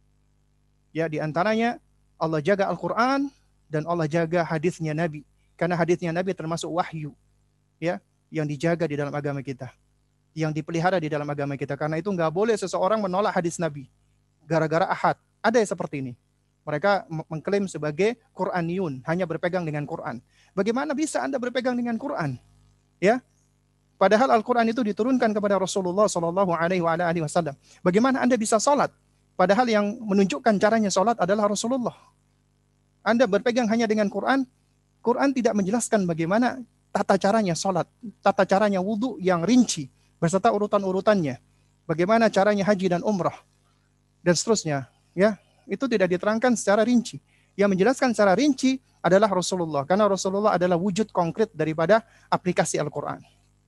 Ya, di antaranya Allah jaga Al-Quran dan Allah jaga hadisnya Nabi. Karena hadisnya Nabi termasuk wahyu. Ya, yang dijaga di dalam agama kita. Yang dipelihara di dalam agama kita. Karena itu nggak boleh seseorang menolak hadis Nabi gara-gara ahad. Ada yang seperti ini. Mereka mengklaim sebagai Qur'aniyun, hanya berpegang dengan Quran. Bagaimana bisa Anda berpegang dengan Quran? Ya, padahal Al-Quran itu diturunkan kepada Rasulullah Shallallahu Alaihi Wasallam. Bagaimana Anda bisa sholat? Padahal yang menunjukkan caranya sholat adalah Rasulullah. Anda berpegang hanya dengan Quran. Quran tidak menjelaskan bagaimana tata caranya sholat, tata caranya wudhu yang rinci beserta urutan-urutannya, bagaimana caranya haji dan umrah, dan seterusnya. Ya, itu tidak diterangkan secara rinci. Yang menjelaskan secara rinci adalah Rasulullah, karena Rasulullah adalah wujud konkret daripada aplikasi Al-Quran.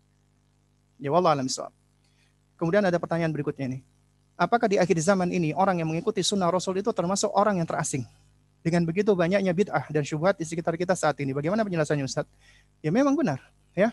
Ya, wallahu a'lam bishawab. Kemudian ada pertanyaan berikutnya nih. Apakah di akhir zaman ini orang yang mengikuti sunnah Rasul itu termasuk orang yang terasing? Dengan begitu banyaknya bid'ah dan syubhat di sekitar kita saat ini. Bagaimana penjelasannya, Ustaz? Ya memang benar. Ya.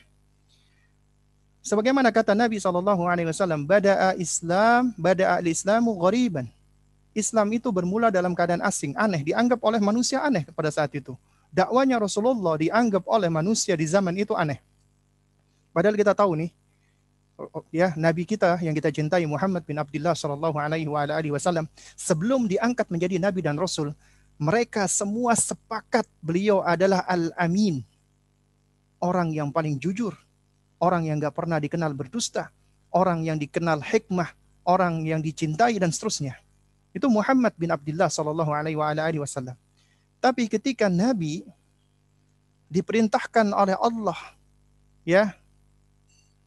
Sebagaimana kata Nabi shallallahu alaihi wasallam, bada'a Islam, bada'a al-Islamu ghariban. Islam itu bermula dalam keadaan asing, aneh, dianggap oleh manusia aneh pada saat itu. Dakwanya Rasulullah dianggap oleh manusia di zaman itu aneh. Padahal kita tahu nih, ya Nabi kita yang kita cintai Muhammad bin Abdullah shallallahu alaihi wasallam sebelum diangkat menjadi Nabi dan Rasul, mereka semua sepakat beliau adalah Al-Amin, orang yang paling jujur, orang yang gak pernah dikenal berdusta, orang yang dikenal hikmah, orang yang dicintai dan seterusnya. Itu Muhammad bin Abdullah sallallahu alaihi wasallam. Tapi ketika Nabi diperintahkan oleh Allah, ya,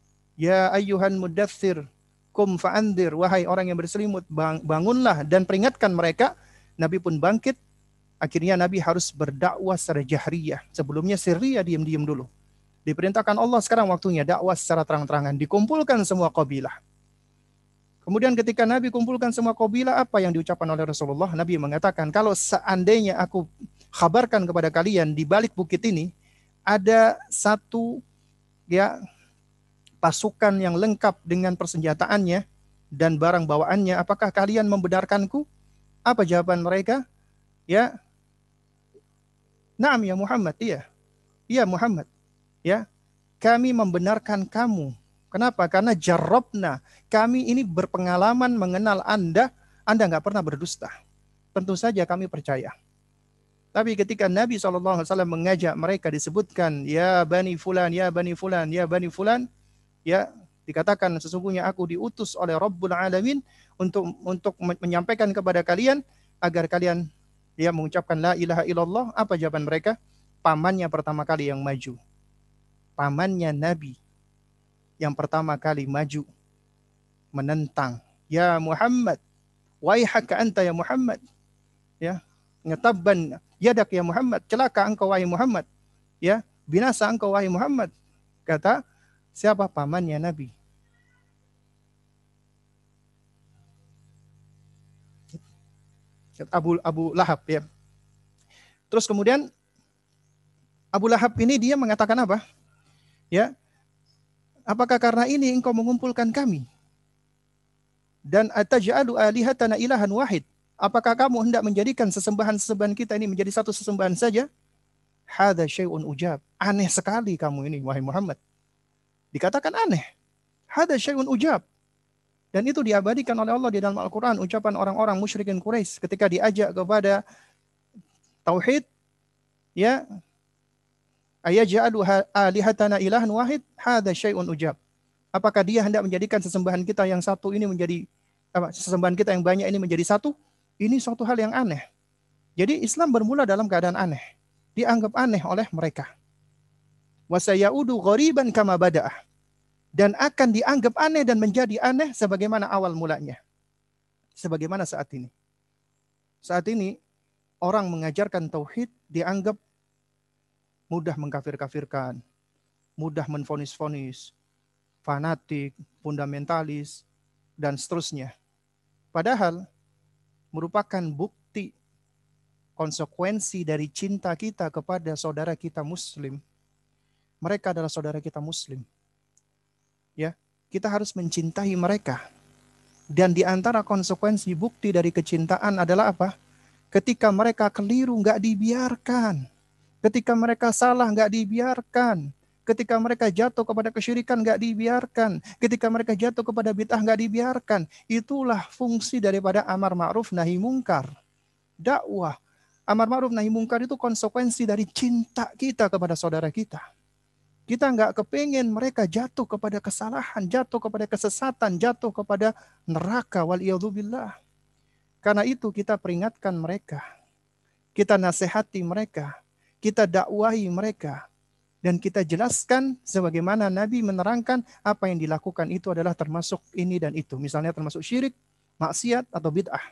Ya ayyuhan mudaththir kum fa'andzir, wahai orang yang berselimut, bangunlah dan peringatkan mereka. Nabi pun bangkit. Akhirnya Nabi harus berdakwah secara jahriyah. Sebelumnya sirriyah, diam-diam dulu. Diperintahkan Allah sekarang waktunya dakwah secara terang-terangan. Dikumpulkan semua kabilah. Kemudian ketika Nabi kumpulkan semua kabilah, apa yang diucapkan oleh Rasulullah? Nabi mengatakan, kalau seandainya aku kabarkan kepada kalian di balik bukit ini ada satu ya pasukan yang lengkap dengan persenjataannya dan barang bawaannya, apakah kalian membenarkanku? Apa jawaban mereka? Ya, na'am ya Muhammad, iya. Iya Muhammad. Ya, kami membenarkan kamu. Kenapa? Karena jarrabna. Kami ini berpengalaman mengenal Anda. Anda nggak pernah berdusta. Tentu saja kami percaya. Tapi ketika Nabi shallallahu alaihi wasallam mengajak mereka, disebutkan, ya Bani Fulan, ya Bani Fulan, ya Bani Fulan, ya dikatakan sesungguhnya aku diutus oleh Rabbul Alamin untuk untuk menyampaikan kepada kalian agar kalian ya mengucapkan la ilaha illallah. Apa jawaban mereka? Pamannya pertama kali yang maju. Pamannya Nabi yang pertama kali maju menentang, ya Muhammad, waihaka anta ya Muhammad, ya, ngetabban yadak ya Muhammad, celaka engkau wahai Muhammad, ya, binasa engkau wahai Muhammad. Kata siapa? Pamannya Nabi. Abu Abu Lahab, ya. Terus kemudian Abu Lahab ini dia mengatakan apa? Ya, apakah karena ini engkau mengumpulkan kami? Dan ataj'alu alihatana ilahan wahid? Apakah kamu hendak menjadikan sesembahan-sesembahan kita ini menjadi satu sesembahan saja? Hadza syai'un ujab. Aneh sekali kamu ini wahai Muhammad. Dikatakan aneh. Hadza syai'un ujab. Dan itu diabadikan oleh Allah di dalam Al-Quran, ucapan orang-orang musyrikin Quraisy ketika diajak kepada tauhid, ya, ayaj'alu alihatana ilahan wahid, hadza syai'un ujab. Apakah dia hendak menjadikan sesembahan kita yang satu ini menjadi apa? Sesembahan kita yang banyak ini menjadi satu? Ini suatu hal yang aneh. Jadi Islam bermula dalam keadaan aneh, dianggap aneh oleh mereka. Wa sayaudu ghariban kama bada'ah. Dan akan dianggap aneh dan menjadi aneh sebagaimana awal mulanya. Sebagaimana saat ini. Saat ini orang mengajarkan tauhid dianggap mudah mengkafir-kafirkan, mudah menfonis-fonis, fanatik, fundamentalis, dan seterusnya. Padahal merupakan bukti konsekuensi dari cinta kita kepada saudara kita Muslim. Mereka adalah saudara kita Muslim. Ya, kita harus mencintai mereka. Dan di antara konsekuensi bukti dari kecintaan adalah apa? Ketika mereka keliru nggak dibiarkan. Ketika mereka salah nggak dibiarkan. Ketika mereka jatuh kepada kesyirikan nggak dibiarkan. Ketika mereka jatuh kepada bid'ah nggak dibiarkan. Itulah fungsi daripada amar ma'ruf nahi mungkar. Dakwah. Amar ma'ruf nahi mungkar itu konsekuensi dari cinta kita kepada saudara kita. Kita nggak kepingin mereka jatuh kepada kesalahan, jatuh kepada kesesatan, jatuh kepada neraka, waliyadzubillah. Karena itu kita peringatkan mereka, kita nasihati mereka, kita dakwahi mereka, dan kita jelaskan sebagaimana Nabi menerangkan apa yang dilakukan itu adalah termasuk ini dan itu. Misalnya termasuk syirik, maksiat, atau bid'ah.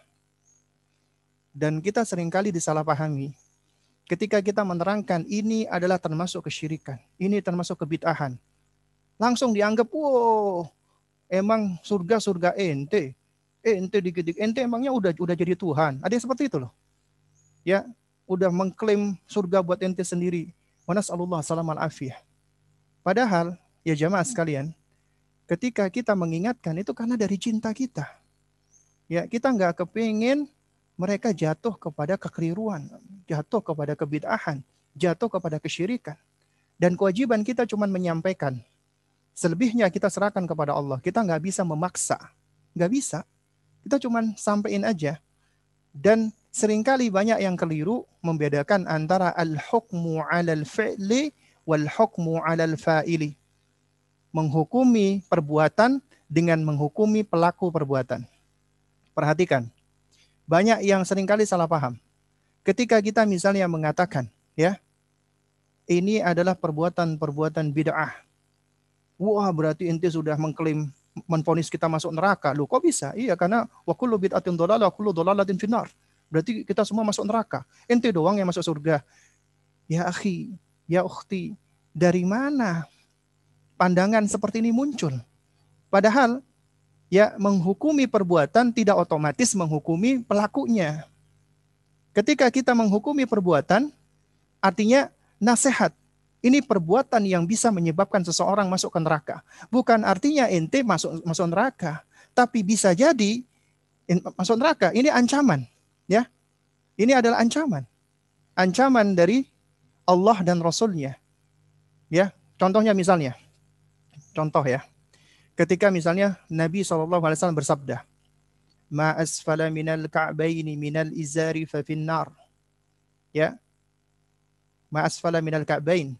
Dan kita seringkali disalahpahami. Ketika kita menerangkan ini adalah termasuk kesyirikan, ini termasuk kebid'ahan, langsung dianggap, wow, emang surga-surga ente, ente dikit-dikit, ente emangnya udah udah jadi Tuhan. Ada yang seperti itu loh. Ya, udah mengklaim surga buat ente sendiri. Wa nas'alullah salamal afiyah. Padahal, ya jamaah sekalian, ketika kita mengingatkan itu karena dari cinta kita. Ya, kita nggak kepingin mereka jatuh kepada kekeliruan, jatuh kepada kebid'ahan, jatuh kepada kesyirikan. Dan kewajiban kita cuma menyampaikan. Selebihnya kita serahkan kepada Allah. Kita nggak bisa memaksa. Nggak bisa. Kita cuma sampaikan aja. Dan seringkali banyak yang keliru membedakan antara al-hukmu alal fi'li wal hukmu alal fa'ili. Menghukumi perbuatan dengan menghukumi pelaku perbuatan. Perhatikan. Banyak yang seringkali salah paham. Ketika kita misalnya mengatakan, ya, ini adalah perbuatan-perbuatan bid'ah. Wah, berarti ente sudah mengklaim menvonis kita masuk neraka. Loh, kok bisa? Iya, karena wa kullu bid'atin dhalalah wa kullu dhalalatin finnar. Berarti kita semua masuk neraka. Ente doang yang masuk surga. Ya akhi, ya ukhti, dari mana pandangan seperti ini muncul? Padahal ya menghukumi perbuatan tidak otomatis menghukumi pelakunya. Ketika kita menghukumi perbuatan, artinya nasihat. Ini perbuatan yang bisa menyebabkan seseorang masuk ke neraka. Bukan artinya ente masuk masuk neraka, tapi bisa jadi masuk neraka. Ini ancaman, ya. Ini adalah ancaman. Ancaman dari Allah dan Rasul-Nya. Ya, contohnya misalnya, contoh ya. Ketika misalnya Nabi shallallahu alaihi wasallam bersabda, "Ma asfala minal ka'baini minal izari fa finnar." Ya, ma asfala minal ka'bain.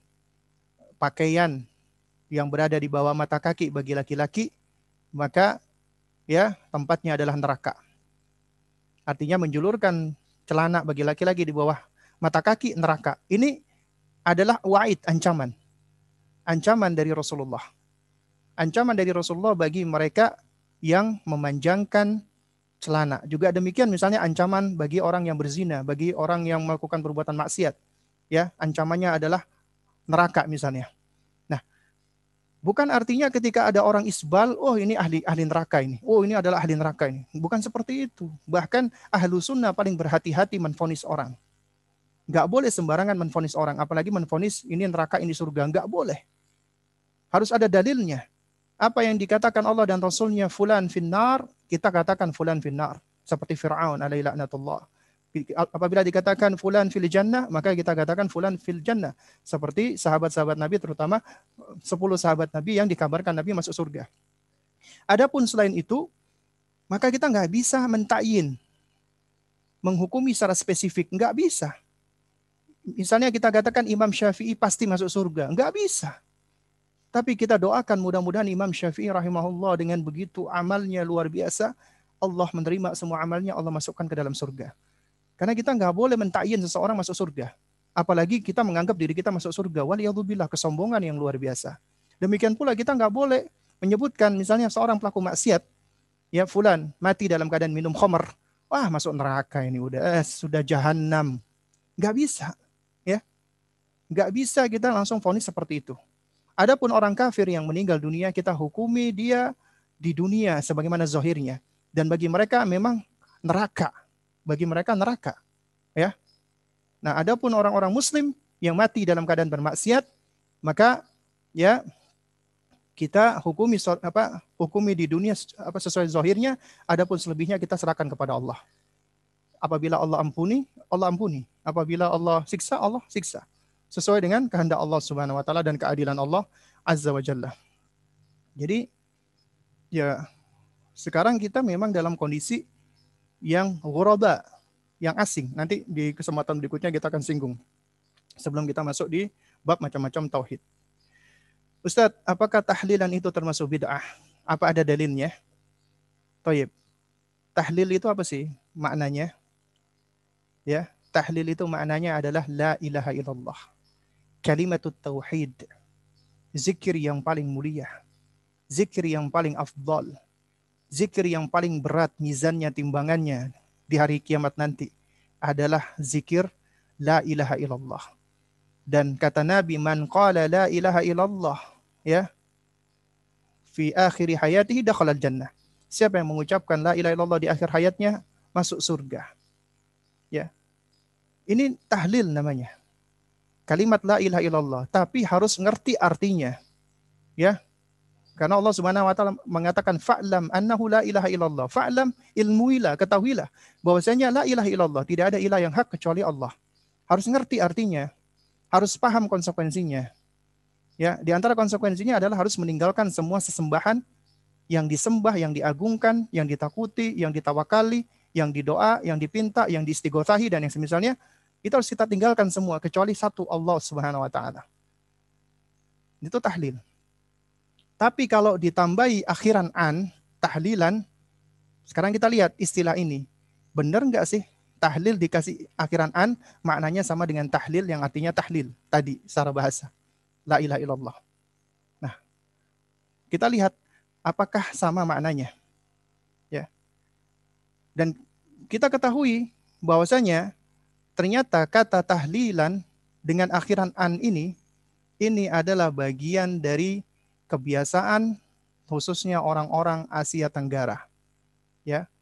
Pakaian yang berada di bawah mata kaki bagi laki-laki, maka ya tempatnya adalah neraka. Artinya menjulurkan celana bagi laki-laki di bawah mata kaki neraka. Ini adalah wa'id, ancaman. Ancaman dari Rasulullah. Ancaman dari Rasulullah bagi mereka yang memanjangkan celana. Juga demikian misalnya ancaman bagi orang yang berzina, bagi orang yang melakukan perbuatan maksiat. Ya, ancamannya adalah neraka misalnya. Nah, bukan artinya ketika ada orang isbal, oh ini ahli ahli neraka ini. Oh ini adalah ahli neraka ini. Bukan seperti itu. Bahkan ahlu sunnah paling berhati-hati menvonis orang. Nggak boleh sembarangan menvonis orang. Apalagi menvonis ini neraka, ini surga. Nggak boleh. Harus ada dalilnya. Apa yang dikatakan Allah dan Rasulnya, fulan finnar, kita katakan fulan finnar. Seperti Fir'aun alaihi laknatullah. Apabila dikatakan fulan fil jannah, maka kita katakan fulan fil jannah. Seperti sahabat-sahabat Nabi, terutama sepuluh sahabat Nabi yang dikabarkan Nabi masuk surga. Adapun selain itu, maka kita nggak bisa mentakyin, menghukumi secara spesifik. Nggak bisa. Misalnya kita katakan Imam Syafi'i pasti masuk surga. Nggak bisa. Tapi kita doakan mudah-mudahan Imam Syafi'i rahimahullah dengan begitu amalnya luar biasa, Allah menerima semua amalnya, Allah masukkan ke dalam surga. Karena kita nggak boleh mentakyin seseorang masuk surga. Apalagi kita menganggap diri kita masuk surga. Waliyadzubillah, kesombongan yang luar biasa. Demikian pula kita nggak boleh menyebutkan misalnya seorang pelaku maksiat, ya fulan mati dalam keadaan minum khamr. Wah masuk neraka ini udah, eh, sudah jahanam. Nggak bisa. Ya, nggak bisa kita langsung vonis seperti itu. Adapun orang kafir yang meninggal dunia, kita hukumi dia di dunia sebagaimana zahirnya. Dan bagi mereka memang neraka. Bagi mereka neraka. Ya. Nah, adapun orang-orang muslim yang mati dalam keadaan bermaksiat, maka ya kita hukumi apa hukumi di dunia apa sesuai zahirnya, adapun selebihnya kita serahkan kepada Allah. Apabila Allah ampuni, Allah ampuni. Apabila Allah siksa, Allah siksa. Sesuai dengan kehendak Allah Subhanahu wa taala dan keadilan Allah Azza wa Jalla. Jadi ya sekarang kita memang dalam kondisi yang ghuraba, yang asing. Nanti di kesempatan berikutnya kita akan singgung. Sebelum kita masuk di bab macam-macam tauhid. Ustadz, apakah tahlilan itu termasuk bid'ah? Apa ada dalilnya? Thayyib. Tahlil itu apa sih maknanya? Ya, tahlil itu maknanya adalah la ilaha illallah. Kalimatut tauhid, zikir yang paling mulia, zikir yang paling afdal, zikir yang paling berat mizannya, timbangannya di hari kiamat nanti adalah zikir la ilaha illallah. Dan kata Nabi, man qala la ilaha illallah ya fi akhir hayatihi dakhala jannah. Siapa yang mengucapkan la ilaha illallah di akhir hayatnya masuk surga. Ya. Ini tahlil namanya. Kalimat la ilaha illallah, tapi harus ngerti artinya. Ya. Karena Allah Subhanahu wa taala mengatakan fa'lam annahu la ilaha illallah. Fa'lam, ilmuilah, ketahuilah bahwasanya la ilaha illallah, tidak ada ilah yang hak kecuali Allah. Harus ngerti artinya. Harus paham konsekuensinya. Ya, di antara konsekuensinya adalah harus meninggalkan semua sesembahan yang disembah, yang diagungkan, yang ditakuti, yang ditawakali, yang didoa, yang dipinta, yang diistighosahi dan yang semisalnya. Itu harus kita tinggalkan semua kecuali satu, Allah Subhanahu wa taala. Itu tahlil. Tapi kalau ditambahi akhiran an, tahlilan, sekarang kita lihat istilah ini. Benar enggak sih tahlil dikasih akhiran an, maknanya sama dengan tahlil yang artinya tahlil tadi secara bahasa. La ilaha illallah. Nah, Kita lihat apakah sama maknanya. Ya. Dan kita ketahui bahwasanya ternyata kata tahlilan dengan akhiran an ini, ini adalah bagian dari kebiasaan khususnya orang-orang Asia Tenggara. Ya.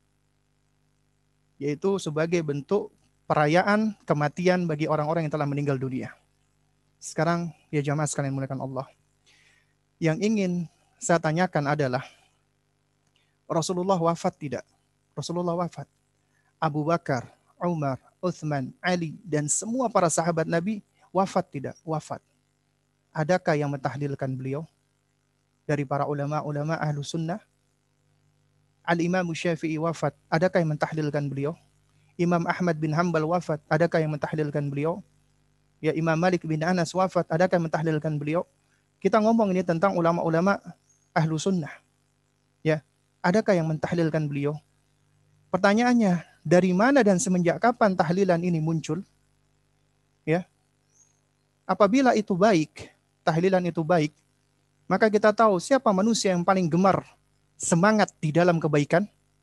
Yaitu sebagai bentuk perayaan kematian bagi orang-orang yang telah meninggal dunia. Sekarang ya jamaah sekalian muliakan Allah. Yang ingin saya tanyakan adalah Rasulullah wafat tidak? Rasulullah wafat. Abu Bakar, Umar, Uthman, Ali, dan semua para sahabat Nabi wafat tidak? Wafat. Adakah yang mentahlilkan beliau? Dari para ulama-ulama ahlu sunnah. Al-Imam Syafi'i wafat. Adakah yang mentahlilkan beliau? Imam Ahmad bin Hanbal wafat. Adakah yang mentahlilkan beliau? Ya, Imam Malik bin Anas wafat. Adakah yang mentahlilkan beliau? Kita ngomong ini tentang ulama-ulama ahlu sunnah. Ya, adakah yang mentahlilkan beliau? Pertanyaannya, dari mana dan semenjak kapan tahlilan ini muncul? Ya, apabila itu baik, tahlilan itu baik, maka kita tahu siapa manusia yang paling gemar semangat di dalam kebaikan?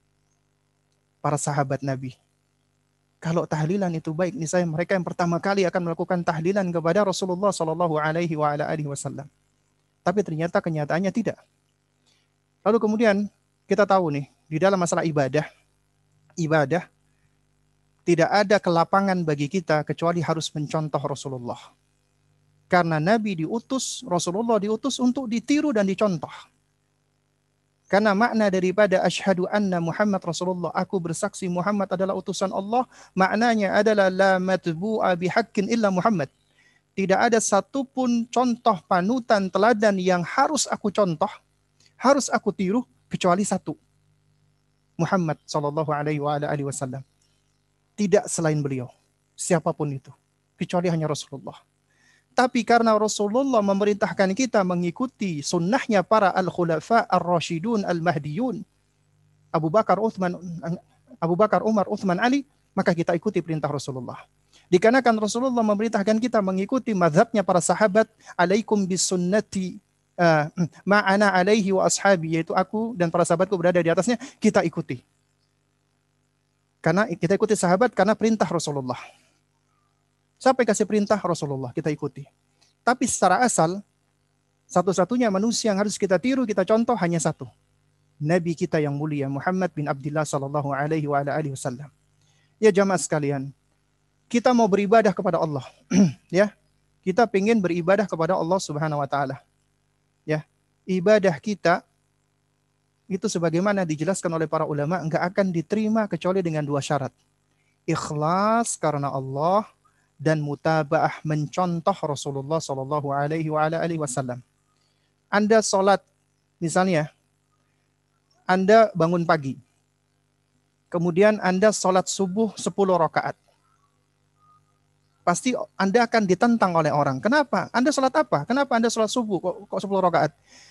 Para sahabat Nabi. Kalau tahlilan itu baik, niscaya mereka yang pertama kali akan melakukan tahlilan kepada Rasulullah Shallallahu Alaihi Wasallam. Tapi ternyata kenyataannya tidak. Lalu kemudian kita tahu nih, di dalam masalah ibadah, ibadah tidak ada kelapangan bagi kita kecuali harus mencontoh Rasulullah. Karena Nabi diutus, Rasulullah diutus untuk ditiru dan dicontoh. Karena makna daripada asyhadu anna Muhammad Rasulullah, aku bersaksi Muhammad adalah utusan Allah, maknanya adalah la matbu'a bihaqqin illa Muhammad. Tidak ada satupun contoh panutan teladan yang harus aku contoh, harus aku tiru, kecuali satu. Muhammad sallallahu alaihi wasallam. Tidak selain beliau, siapapun itu, kecuali hanya Rasulullah. Tapi karena Rasulullah memerintahkan kita mengikuti sunnahnya para al-khulafa ar-rasyidun al-mahdiyun, Abu Bakar, Uthman, Abu Bakar, Umar, Uthman, Ali, maka kita ikuti perintah Rasulullah. Dikarenakan Rasulullah memerintahkan kita mengikuti mazhabnya para sahabat, alaikum bisunnati uh, ma'ana alaihi wa ashabi, yaitu aku dan para sahabatku berada di atasnya, kita ikuti. Karena kita ikuti sahabat karena perintah Rasulullah. Siapa yang kasih perintah? Rasulullah, kita ikuti. Tapi secara asal, satu-satunya manusia yang harus kita tiru, kita contoh hanya satu. Nabi kita yang mulia, Muhammad bin Abdullah sallallahu alaihi wasallam. Ya jamaah sekalian, kita mau beribadah kepada Allah. Ya, kita ingin beribadah kepada Allah Subhanahu wa taala. Ya, ibadah kita itu sebagaimana dijelaskan oleh para ulama enggak akan diterima kecuali dengan dua syarat. Ikhlas karena Allah dan mutabaah mencontoh Rasulullah sallallahu alaihi wasallam. Anda salat misalnya, Anda bangun pagi. Kemudian Anda salat subuh sepuluh rakaat. Pasti Anda akan ditentang oleh orang. Kenapa? Anda salat apa? Kenapa Anda salat subuh kok, kok sepuluh rakaat?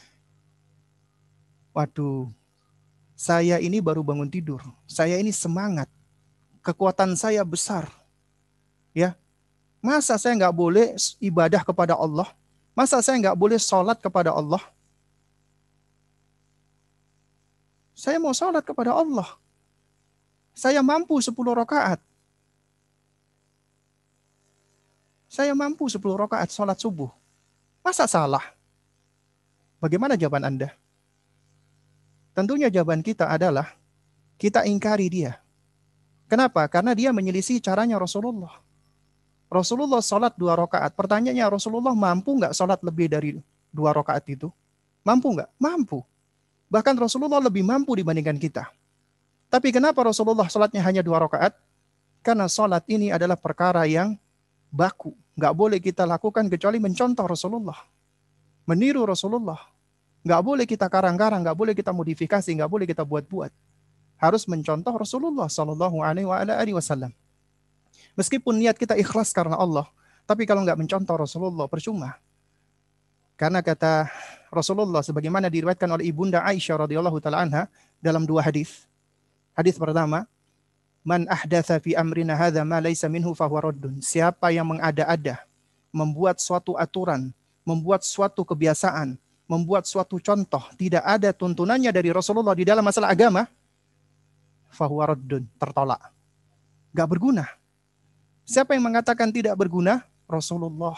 Waduh, saya ini baru bangun tidur. Saya ini semangat. Kekuatan saya besar. Ya, masa saya nggak boleh ibadah kepada Allah? Masa saya nggak boleh sholat kepada Allah? Saya mau sholat kepada Allah. Saya mampu sepuluh rakaat. Saya mampu sepuluh rakaat sholat subuh. Masa salah? Bagaimana jawaban Anda? Tentunya jawaban kita adalah kita ingkari dia. Kenapa? Karena dia menyelisih caranya Rasulullah. Rasulullah sholat dua rakaat. Pertanyaannya, Rasulullah mampu nggak sholat lebih dari dua rakaat itu? Mampu nggak? Mampu. Bahkan Rasulullah lebih mampu dibandingkan kita. Tapi kenapa Rasulullah sholatnya hanya dua rakaat? Karena sholat ini adalah perkara yang baku. Nggak boleh kita lakukan kecuali mencontoh Rasulullah. Meniru Rasulullah. Nggak boleh kita karang-karang, nggak boleh kita modifikasi, nggak boleh kita buat-buat. Harus mencontoh Rasulullah Sallallahu Alaihi Wasallam. Meskipun niat kita ikhlas karena Allah, tapi kalau nggak mencontoh Rasulullah, percuma. Karena kata Rasulullah, sebagaimana diriwayatkan oleh ibunda Aisyah radhiyallahu taala anha dalam dua hadis. Hadis pertama, man ahdatsa fi amrina hadza ma laisa minhu fahuwa raddun. Siapa yang mengada-ada, membuat suatu aturan, membuat suatu kebiasaan, membuat suatu contoh, tidak ada tuntunannya dari Rasulullah di dalam masalah agama, fahuwa raddun, tertolak. Gak berguna. Siapa yang mengatakan tidak berguna? Rasulullah.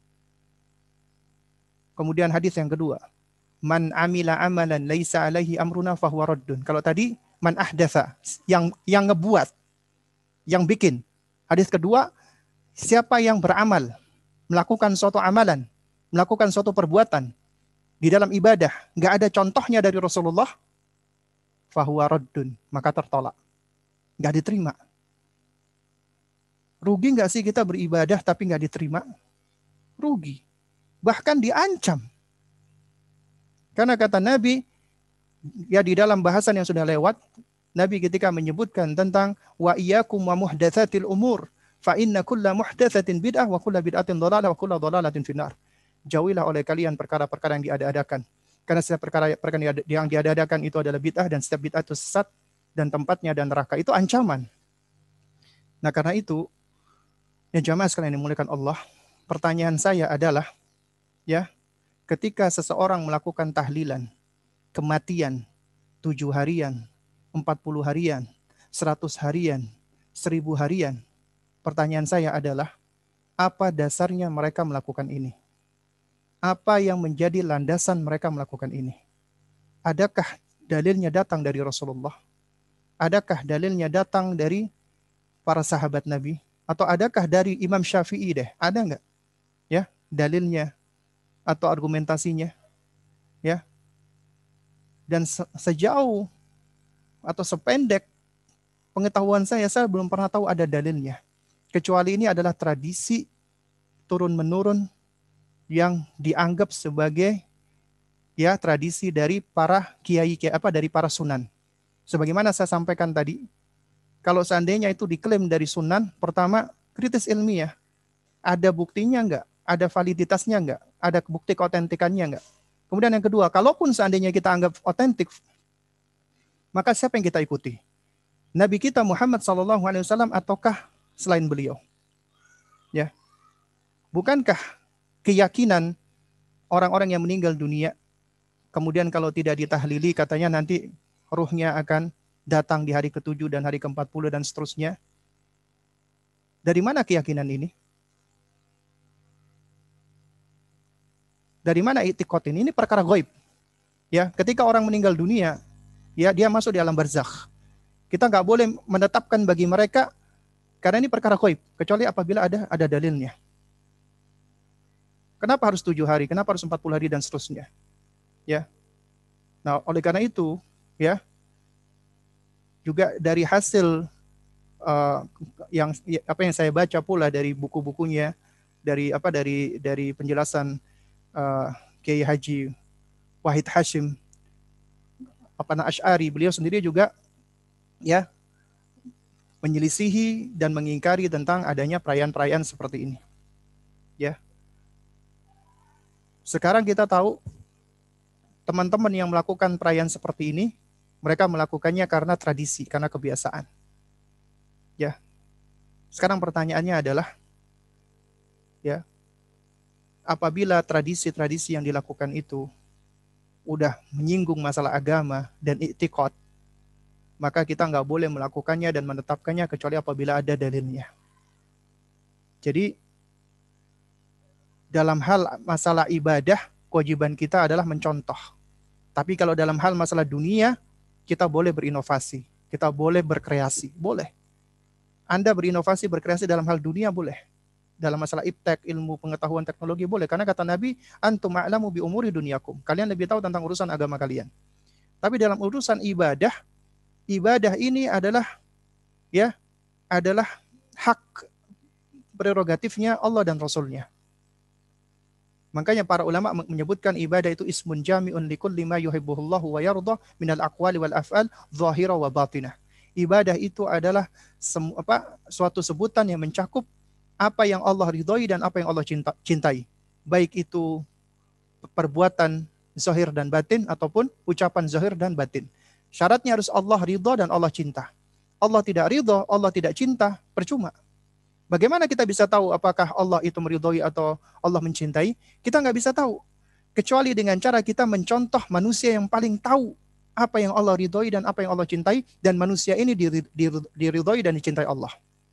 Kemudian hadis yang kedua, man amila amalan laisa alaihi amruna fahuwa raddun. Kalau tadi man ahdatsa, yang yang ngebuat, yang bikin. Hadis kedua, siapa yang beramal, melakukan suatu amalan, melakukan suatu perbuatan di dalam ibadah, nggak ada contohnya dari Rasulullah, fahuwa raddun, maka tertolak, nggak diterima. Rugi nggak sih kita beribadah tapi nggak diterima? Rugi, bahkan diancam. Karena kata Nabi, ya di dalam bahasan yang sudah lewat, Nabi ketika menyebutkan tentang wa iyyakum wa muhdatsatil umur, fa inna kulla muhdatsatin bid'ah wa kulla bid'atin dhalalah wa kulla dhalalatin finnar. Jauhilah oleh kalian perkara-perkara yang diada-adakan. Karena setiap perkara-perkara yang diada-adakan itu adalah bid'ah, dan setiap bid'ah itu sesat dan tempatnya dan neraka. Itu ancaman. Nah, karena itu, ya jamaah sekalian yang dimuliakan Allah, pertanyaan saya adalah, ya, ketika seseorang melakukan tahlilan, kematian, tujuh harian, empat puluh harian, seratus harian, seribu harian, pertanyaan saya adalah, apa dasarnya mereka melakukan ini? Apa yang menjadi landasan mereka melakukan ini? Adakah dalilnya datang dari Rasulullah? Adakah dalilnya datang dari para sahabat Nabi? Atau adakah dari Imam Syafi'i deh? Ada nggak? Ya, dalilnya atau argumentasinya? Ya. Dan se- sejauh atau sependek pengetahuan saya, saya belum pernah tahu ada dalilnya. Kecuali ini adalah tradisi turun-menurun yang dianggap sebagai, ya, tradisi dari para kiai, kiai apa dari para sunan. Sebagaimana saya sampaikan tadi, kalau seandainya itu diklaim dari sunan, pertama kritis ilmiah, ada buktinya enggak? Ada validitasnya enggak? Ada bukti keotentikannya enggak? Kemudian yang kedua, kalaupun seandainya kita anggap otentik, maka siapa yang kita ikuti? Nabi kita Muhammad sallallahu alaihi wasallam ataukah selain beliau? Ya. Bukankah keyakinan orang-orang yang meninggal dunia, kemudian kalau tidak ditahlili katanya nanti ruhnya akan datang di hari ketujuh dan hari keempat puluh dan seterusnya. Dari mana keyakinan ini? Dari mana i'tiqad ini? Ini perkara gaib. Ya, ketika orang meninggal dunia, ya dia masuk di alam barzakh. Kita nggak boleh menetapkan bagi mereka karena ini perkara gaib, kecuali apabila ada ada dalilnya. Kenapa harus tujuh hari? Kenapa harus empat puluh hari dan seterusnya? Ya. Nah, oleh karena itu, ya, juga dari hasil uh, yang apa yang saya baca pula dari buku-bukunya, dari apa dari dari penjelasan uh, Kiai Haji Wahid Hashim apa Asy'ari, beliau sendiri juga, ya, menyelisihi dan mengingkari tentang adanya perayaan-perayaan seperti ini. Ya. Sekarang kita tahu teman-teman yang melakukan perayaan seperti ini, mereka melakukannya karena tradisi, karena kebiasaan. Ya. Sekarang pertanyaannya adalah, ya, apabila tradisi-tradisi yang dilakukan itu udah menyinggung masalah agama dan i'tiqad, maka kita nggak boleh melakukannya dan menetapkannya kecuali apabila ada dalilnya. Jadi dalam hal masalah ibadah, kewajiban kita adalah mencontoh. Tapi kalau dalam hal masalah dunia, kita boleh berinovasi, kita boleh berkreasi, boleh. Anda berinovasi, berkreasi dalam hal dunia boleh. Dalam masalah iptek, ilmu pengetahuan teknologi boleh. Karena kata Nabi, antum a'lamu bi umuri dunyakum. Kalian lebih tahu tentang urusan agama kalian. Tapi dalam urusan ibadah, ibadah ini adalah, ya, adalah hak prerogatifnya Allah dan Rasulnya. Makanya para ulama menyebutkan ibadah itu ismun jami'un likulli ma yuhibbuhullahu wa yardah minal aqwali wal af'al zahira wa batinah. Ibadah itu adalah semu, apa, suatu sebutan yang mencakup apa yang Allah ridhoi dan apa yang Allah cinta, cintai. Baik itu perbuatan zahir dan batin ataupun ucapan zahir dan batin. Syaratnya harus Allah ridha dan Allah cinta. Allah tidak ridha, Allah tidak cinta, percuma. Bagaimana kita bisa tahu apakah Allah itu meridhoi atau Allah mencintai? Kita nggak bisa tahu. kecuali dengan cara kita mencontoh manusia yang paling tahu apa yang Allah ridhoi dan apa yang Allah cintai, dan manusia ini diridhoi dan dicintai Allah.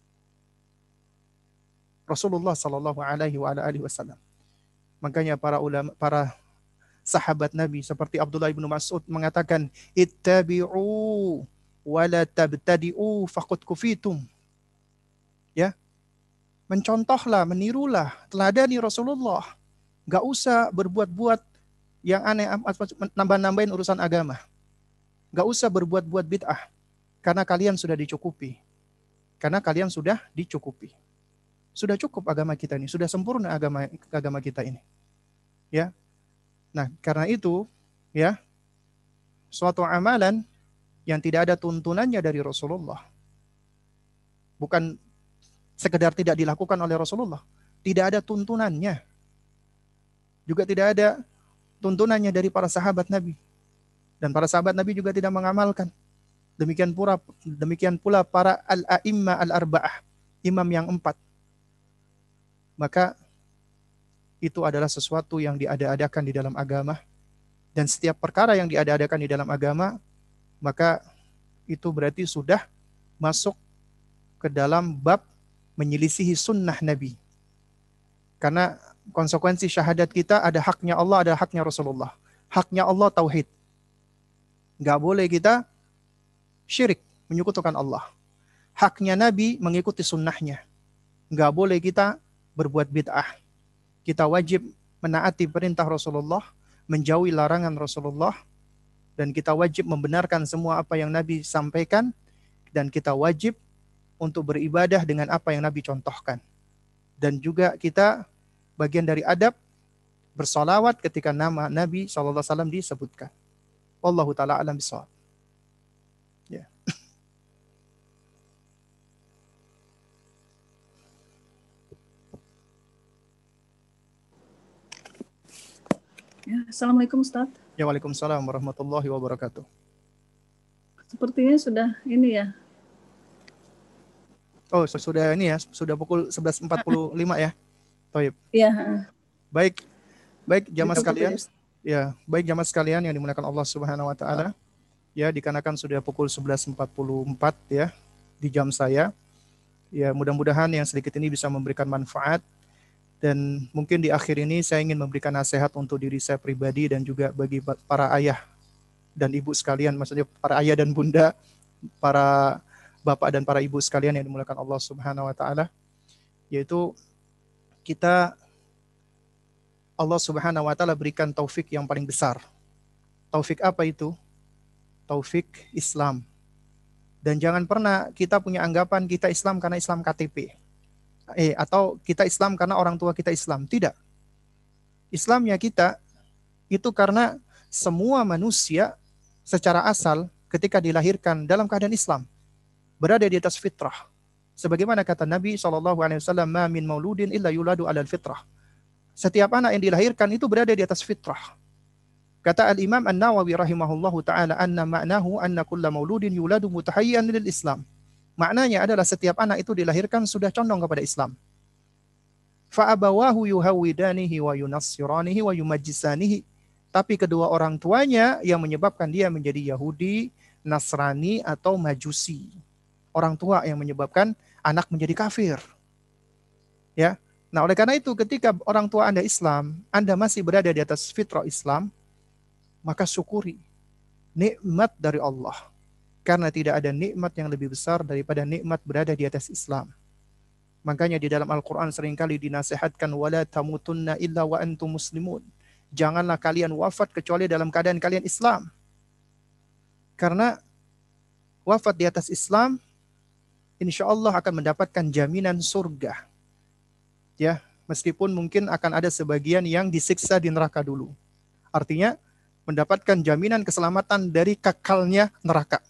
Rasulullah Sallallahu Alaihi Wasallam. Makanya para ulama, para sahabat Nabi seperti Abdullah bin Mas'ud mengatakan, ittabi'u wa la tabtadi'u faqad kufitum. Ya, mencontohlah, menirulah, teladani Rasulullah. Gak usah berbuat-buat yang aneh, nambah-nambahin urusan agama. Gak usah berbuat-buat bid'ah, karena kalian sudah dicukupi. Karena kalian sudah dicukupi. Sudah cukup agama kita ini, sudah sempurna agama agama kita ini. Ya. Nah, karena itu, ya, suatu amalan yang tidak ada tuntunannya dari Rasulullah, bukan sekedar tidak dilakukan oleh Rasulullah, tidak ada tuntunannya. Juga tidak ada tuntunannya dari para sahabat Nabi. Dan para sahabat Nabi juga tidak mengamalkan. Demikian pula, demikian pula para al-a'imma al-arba'ah, imam yang empat. Maka itu adalah sesuatu yang diada-adakan di dalam agama. Dan setiap perkara yang diada-adakan di dalam agama, maka itu berarti sudah masuk ke dalam bab menyelisihi sunnah Nabi. Karena konsekuensi syahadat kita ada haknya Allah, ada haknya Rasulullah. Haknya Allah tauhid. Nggak boleh kita syirik, menyekutukan Allah. Haknya Nabi mengikuti sunnahnya. Nggak boleh kita berbuat bid'ah. Kita wajib menaati perintah Rasulullah, menjauhi larangan Rasulullah, dan kita wajib membenarkan semua apa yang Nabi sampaikan, dan kita wajib untuk beribadah dengan apa yang Nabi contohkan. Dan juga kita bagian dari adab bersolawat ketika nama Nabi shallallahu alaihi wasallam disebutkan. Wallahu ta'ala alam bisawab. Ya. Ya, Assalamualaikum Ustaz. Ya, waalaikumsalam warahmatullahi wabarakatuh. Sepertinya sudah ini ya. Oh, sudah ini ya, sudah pukul sebelas empat puluh lima ya. Toib. Iya. Baik, baik jamaah sekalian. Ya, baik jamaah sekalian yang dimuliakan Allah Subhanahu wa taala. Ya, dikarenakan sudah pukul sebelas empat puluh empat ya di jam saya. Ya, mudah-mudahan yang sedikit ini bisa memberikan manfaat, dan mungkin di akhir ini saya ingin memberikan nasihat untuk diri saya pribadi dan juga bagi para ayah dan ibu sekalian, maksudnya para ayah dan bunda, para bapak dan para ibu sekalian yang dimuliakan Allah Subhanahu wa taala, yaitu kita, Allah Subhanahu wa taala berikan taufik yang paling besar. Taufik apa itu? Taufik Islam. Dan jangan pernah kita punya anggapan kita Islam karena Islam K T P. Eh, atau kita Islam karena orang tua kita Islam. Tidak. Islamnya kita itu karena semua manusia secara asal ketika dilahirkan dalam keadaan Islam, berada di atas fitrah. Sebagaimana kata Nabi shallallahu alaihi wasallam, "Ma min mauludin illa yuladu alal fitrah." Setiap anak yang dilahirkan itu berada di atas fitrah. Kata Al-Imam An-Nawawi rahimahullahu ta'ala, anna ma'nahu anna kulla mauludin yuladu mutahayyan lil Islam. Maknanya adalah setiap anak itu dilahirkan sudah condong kepada Islam. Fa'abawahu yuhawidanihi wa yunassiranihi wa yumajjisanihi. Tapi kedua orang tuanya yang menyebabkan dia menjadi Yahudi, Nasrani, atau Majusi. Orang tua yang menyebabkan anak menjadi kafir. Ya. Nah, oleh karena itu ketika orang tua Anda Islam, Anda masih berada di atas fitrah Islam, maka syukuri nikmat dari Allah. Karena tidak ada nikmat yang lebih besar daripada nikmat berada di atas Islam. Makanya di dalam Al-Quran seringkali dinasihatkan, wala tamutunna illa wa antum muslimun. Janganlah kalian wafat kecuali dalam keadaan kalian Islam. Karena wafat di atas Islam, insya Allah akan mendapatkan jaminan surga. Ya, meskipun mungkin akan ada sebagian yang disiksa di neraka dulu. Artinya mendapatkan jaminan keselamatan dari kekalnya neraka.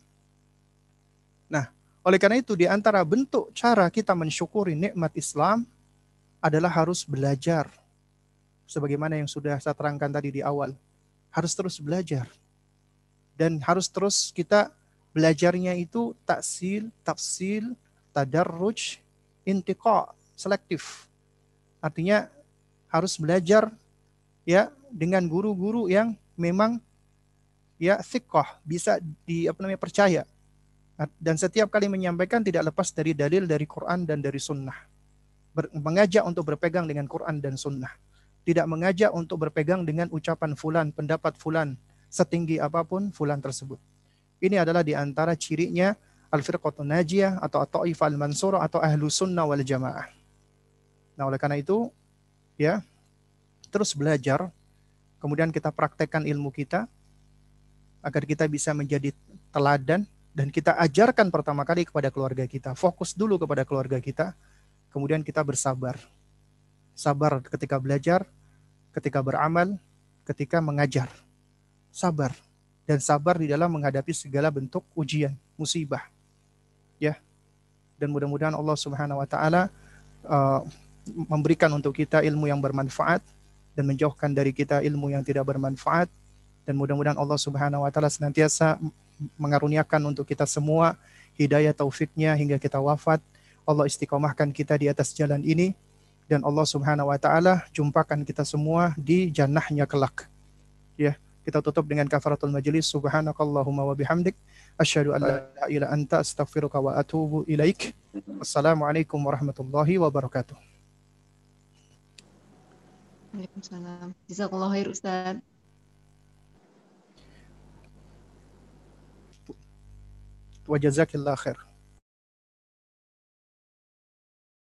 Nah, oleh karena itu di antara bentuk cara kita mensyukuri nikmat Islam adalah harus belajar. Sebagaimana yang sudah saya terangkan tadi di awal. Harus terus belajar. Dan harus terus kita belajarnya itu taksil, tafsil, tadarruj, intiqa, selektif. Artinya harus belajar ya dengan guru-guru yang memang ya thiqah, bisa di apa namanya percaya. Dan setiap kali menyampaikan tidak lepas dari dalil dari Quran dan dari sunnah. Ber, mengajak untuk berpegang dengan Quran dan sunnah. Tidak mengajak untuk berpegang dengan ucapan fulan, pendapat fulan, setinggi apapun fulan tersebut. Ini adalah di antara cirinya al-firqatun najiyah atau at-ta'ifah al-mansurah atau ahlu sunnah wal jamaah. Nah, oleh karena itu, ya, terus belajar, kemudian kita praktekkan ilmu kita, agar kita bisa menjadi teladan, dan kita ajarkan pertama kali kepada keluarga kita. Fokus dulu kepada keluarga kita, kemudian kita bersabar. Sabar ketika belajar, ketika beramal, ketika mengajar. Sabar. Dan sabar di dalam menghadapi segala bentuk ujian, musibah. Ya. Dan mudah-mudahan Allah Subhanahu wa taala uh, memberikan untuk kita ilmu yang bermanfaat dan menjauhkan dari kita ilmu yang tidak bermanfaat. Dan mudah-mudahan Allah Subhanahu wa taala senantiasa mengaruniakan untuk kita semua hidayah taufiknya hingga kita wafat. Allah istiqomahkan kita di atas jalan ini, dan Allah Subhanahu wa taala jumpakan kita semua di jannahnya kelak. Ya, kita tutup dengan kafaratul majlis. Subhanakallahumma wa bihamdik asyhadu an la ilaha illa anta astaghfiruka wa atubu ilaik. Wassalamualaikum warahmatullahi wabarakatuh. Waalaikumsalam. Jazakallahu khair Ustaz. Wa jazakillahu khair.